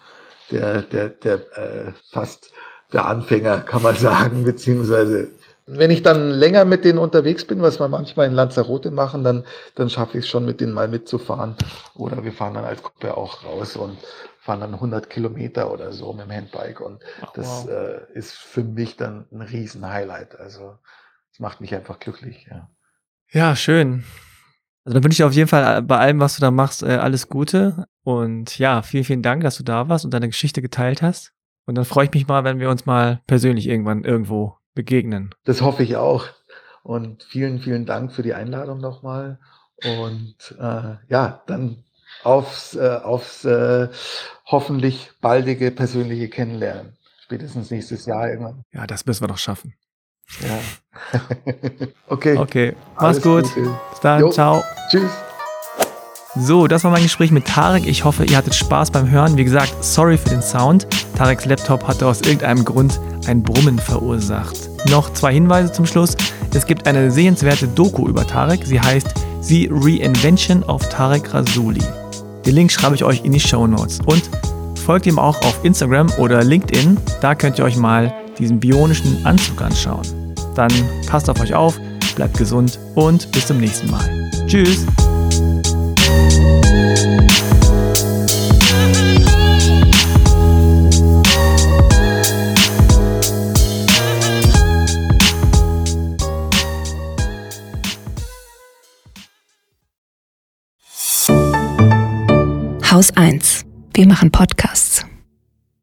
fast der Anfänger, kann man sagen, beziehungsweise wenn ich dann länger mit denen unterwegs bin, was wir manchmal in Lanzarote machen, dann schaffe ich es schon, mit denen mal mitzufahren. Oder wir fahren dann als Gruppe auch raus und fahren dann 100 Kilometer oder so mit dem Handbike. Und das ist für mich dann ein Riesen-Highlight. Also es macht mich einfach glücklich. Ja, Ja, schön. Also dann wünsche ich dir auf jeden Fall bei allem, was du da machst, alles Gute. Und ja, vielen, vielen Dank, dass du da warst und deine Geschichte geteilt hast. Und dann freue ich mich mal, wenn wir uns mal persönlich irgendwann irgendwo begegnen. Das hoffe ich auch. Und vielen, vielen Dank für die Einladung nochmal. Und ja, dann aufs hoffentlich baldige persönliche Kennenlernen. Spätestens nächstes Jahr irgendwann. Ja, das müssen wir doch schaffen. Ja. Okay. Okay, mach's gut. Gute. Bis dann, Jo. ciao. Tschüss. So, das war mein Gespräch mit Tarek. Ich hoffe, ihr hattet Spaß beim Hören. Wie gesagt, sorry für den Sound. Tareks Laptop hatte aus irgendeinem Grund ein Brummen verursacht. Noch 2 Hinweise zum Schluss. Es gibt eine sehenswerte Doku über Tarek. Sie heißt The Reinvention of Tarek Rassouli. Den Link schreibe ich euch in die Shownotes. Und folgt ihm auch auf Instagram oder LinkedIn. Da könnt ihr euch mal diesen bionischen Anzug anschauen. Dann passt auf euch auf, bleibt gesund und bis zum nächsten Mal. Tschüss! Haus 1. Wir machen Podcasts.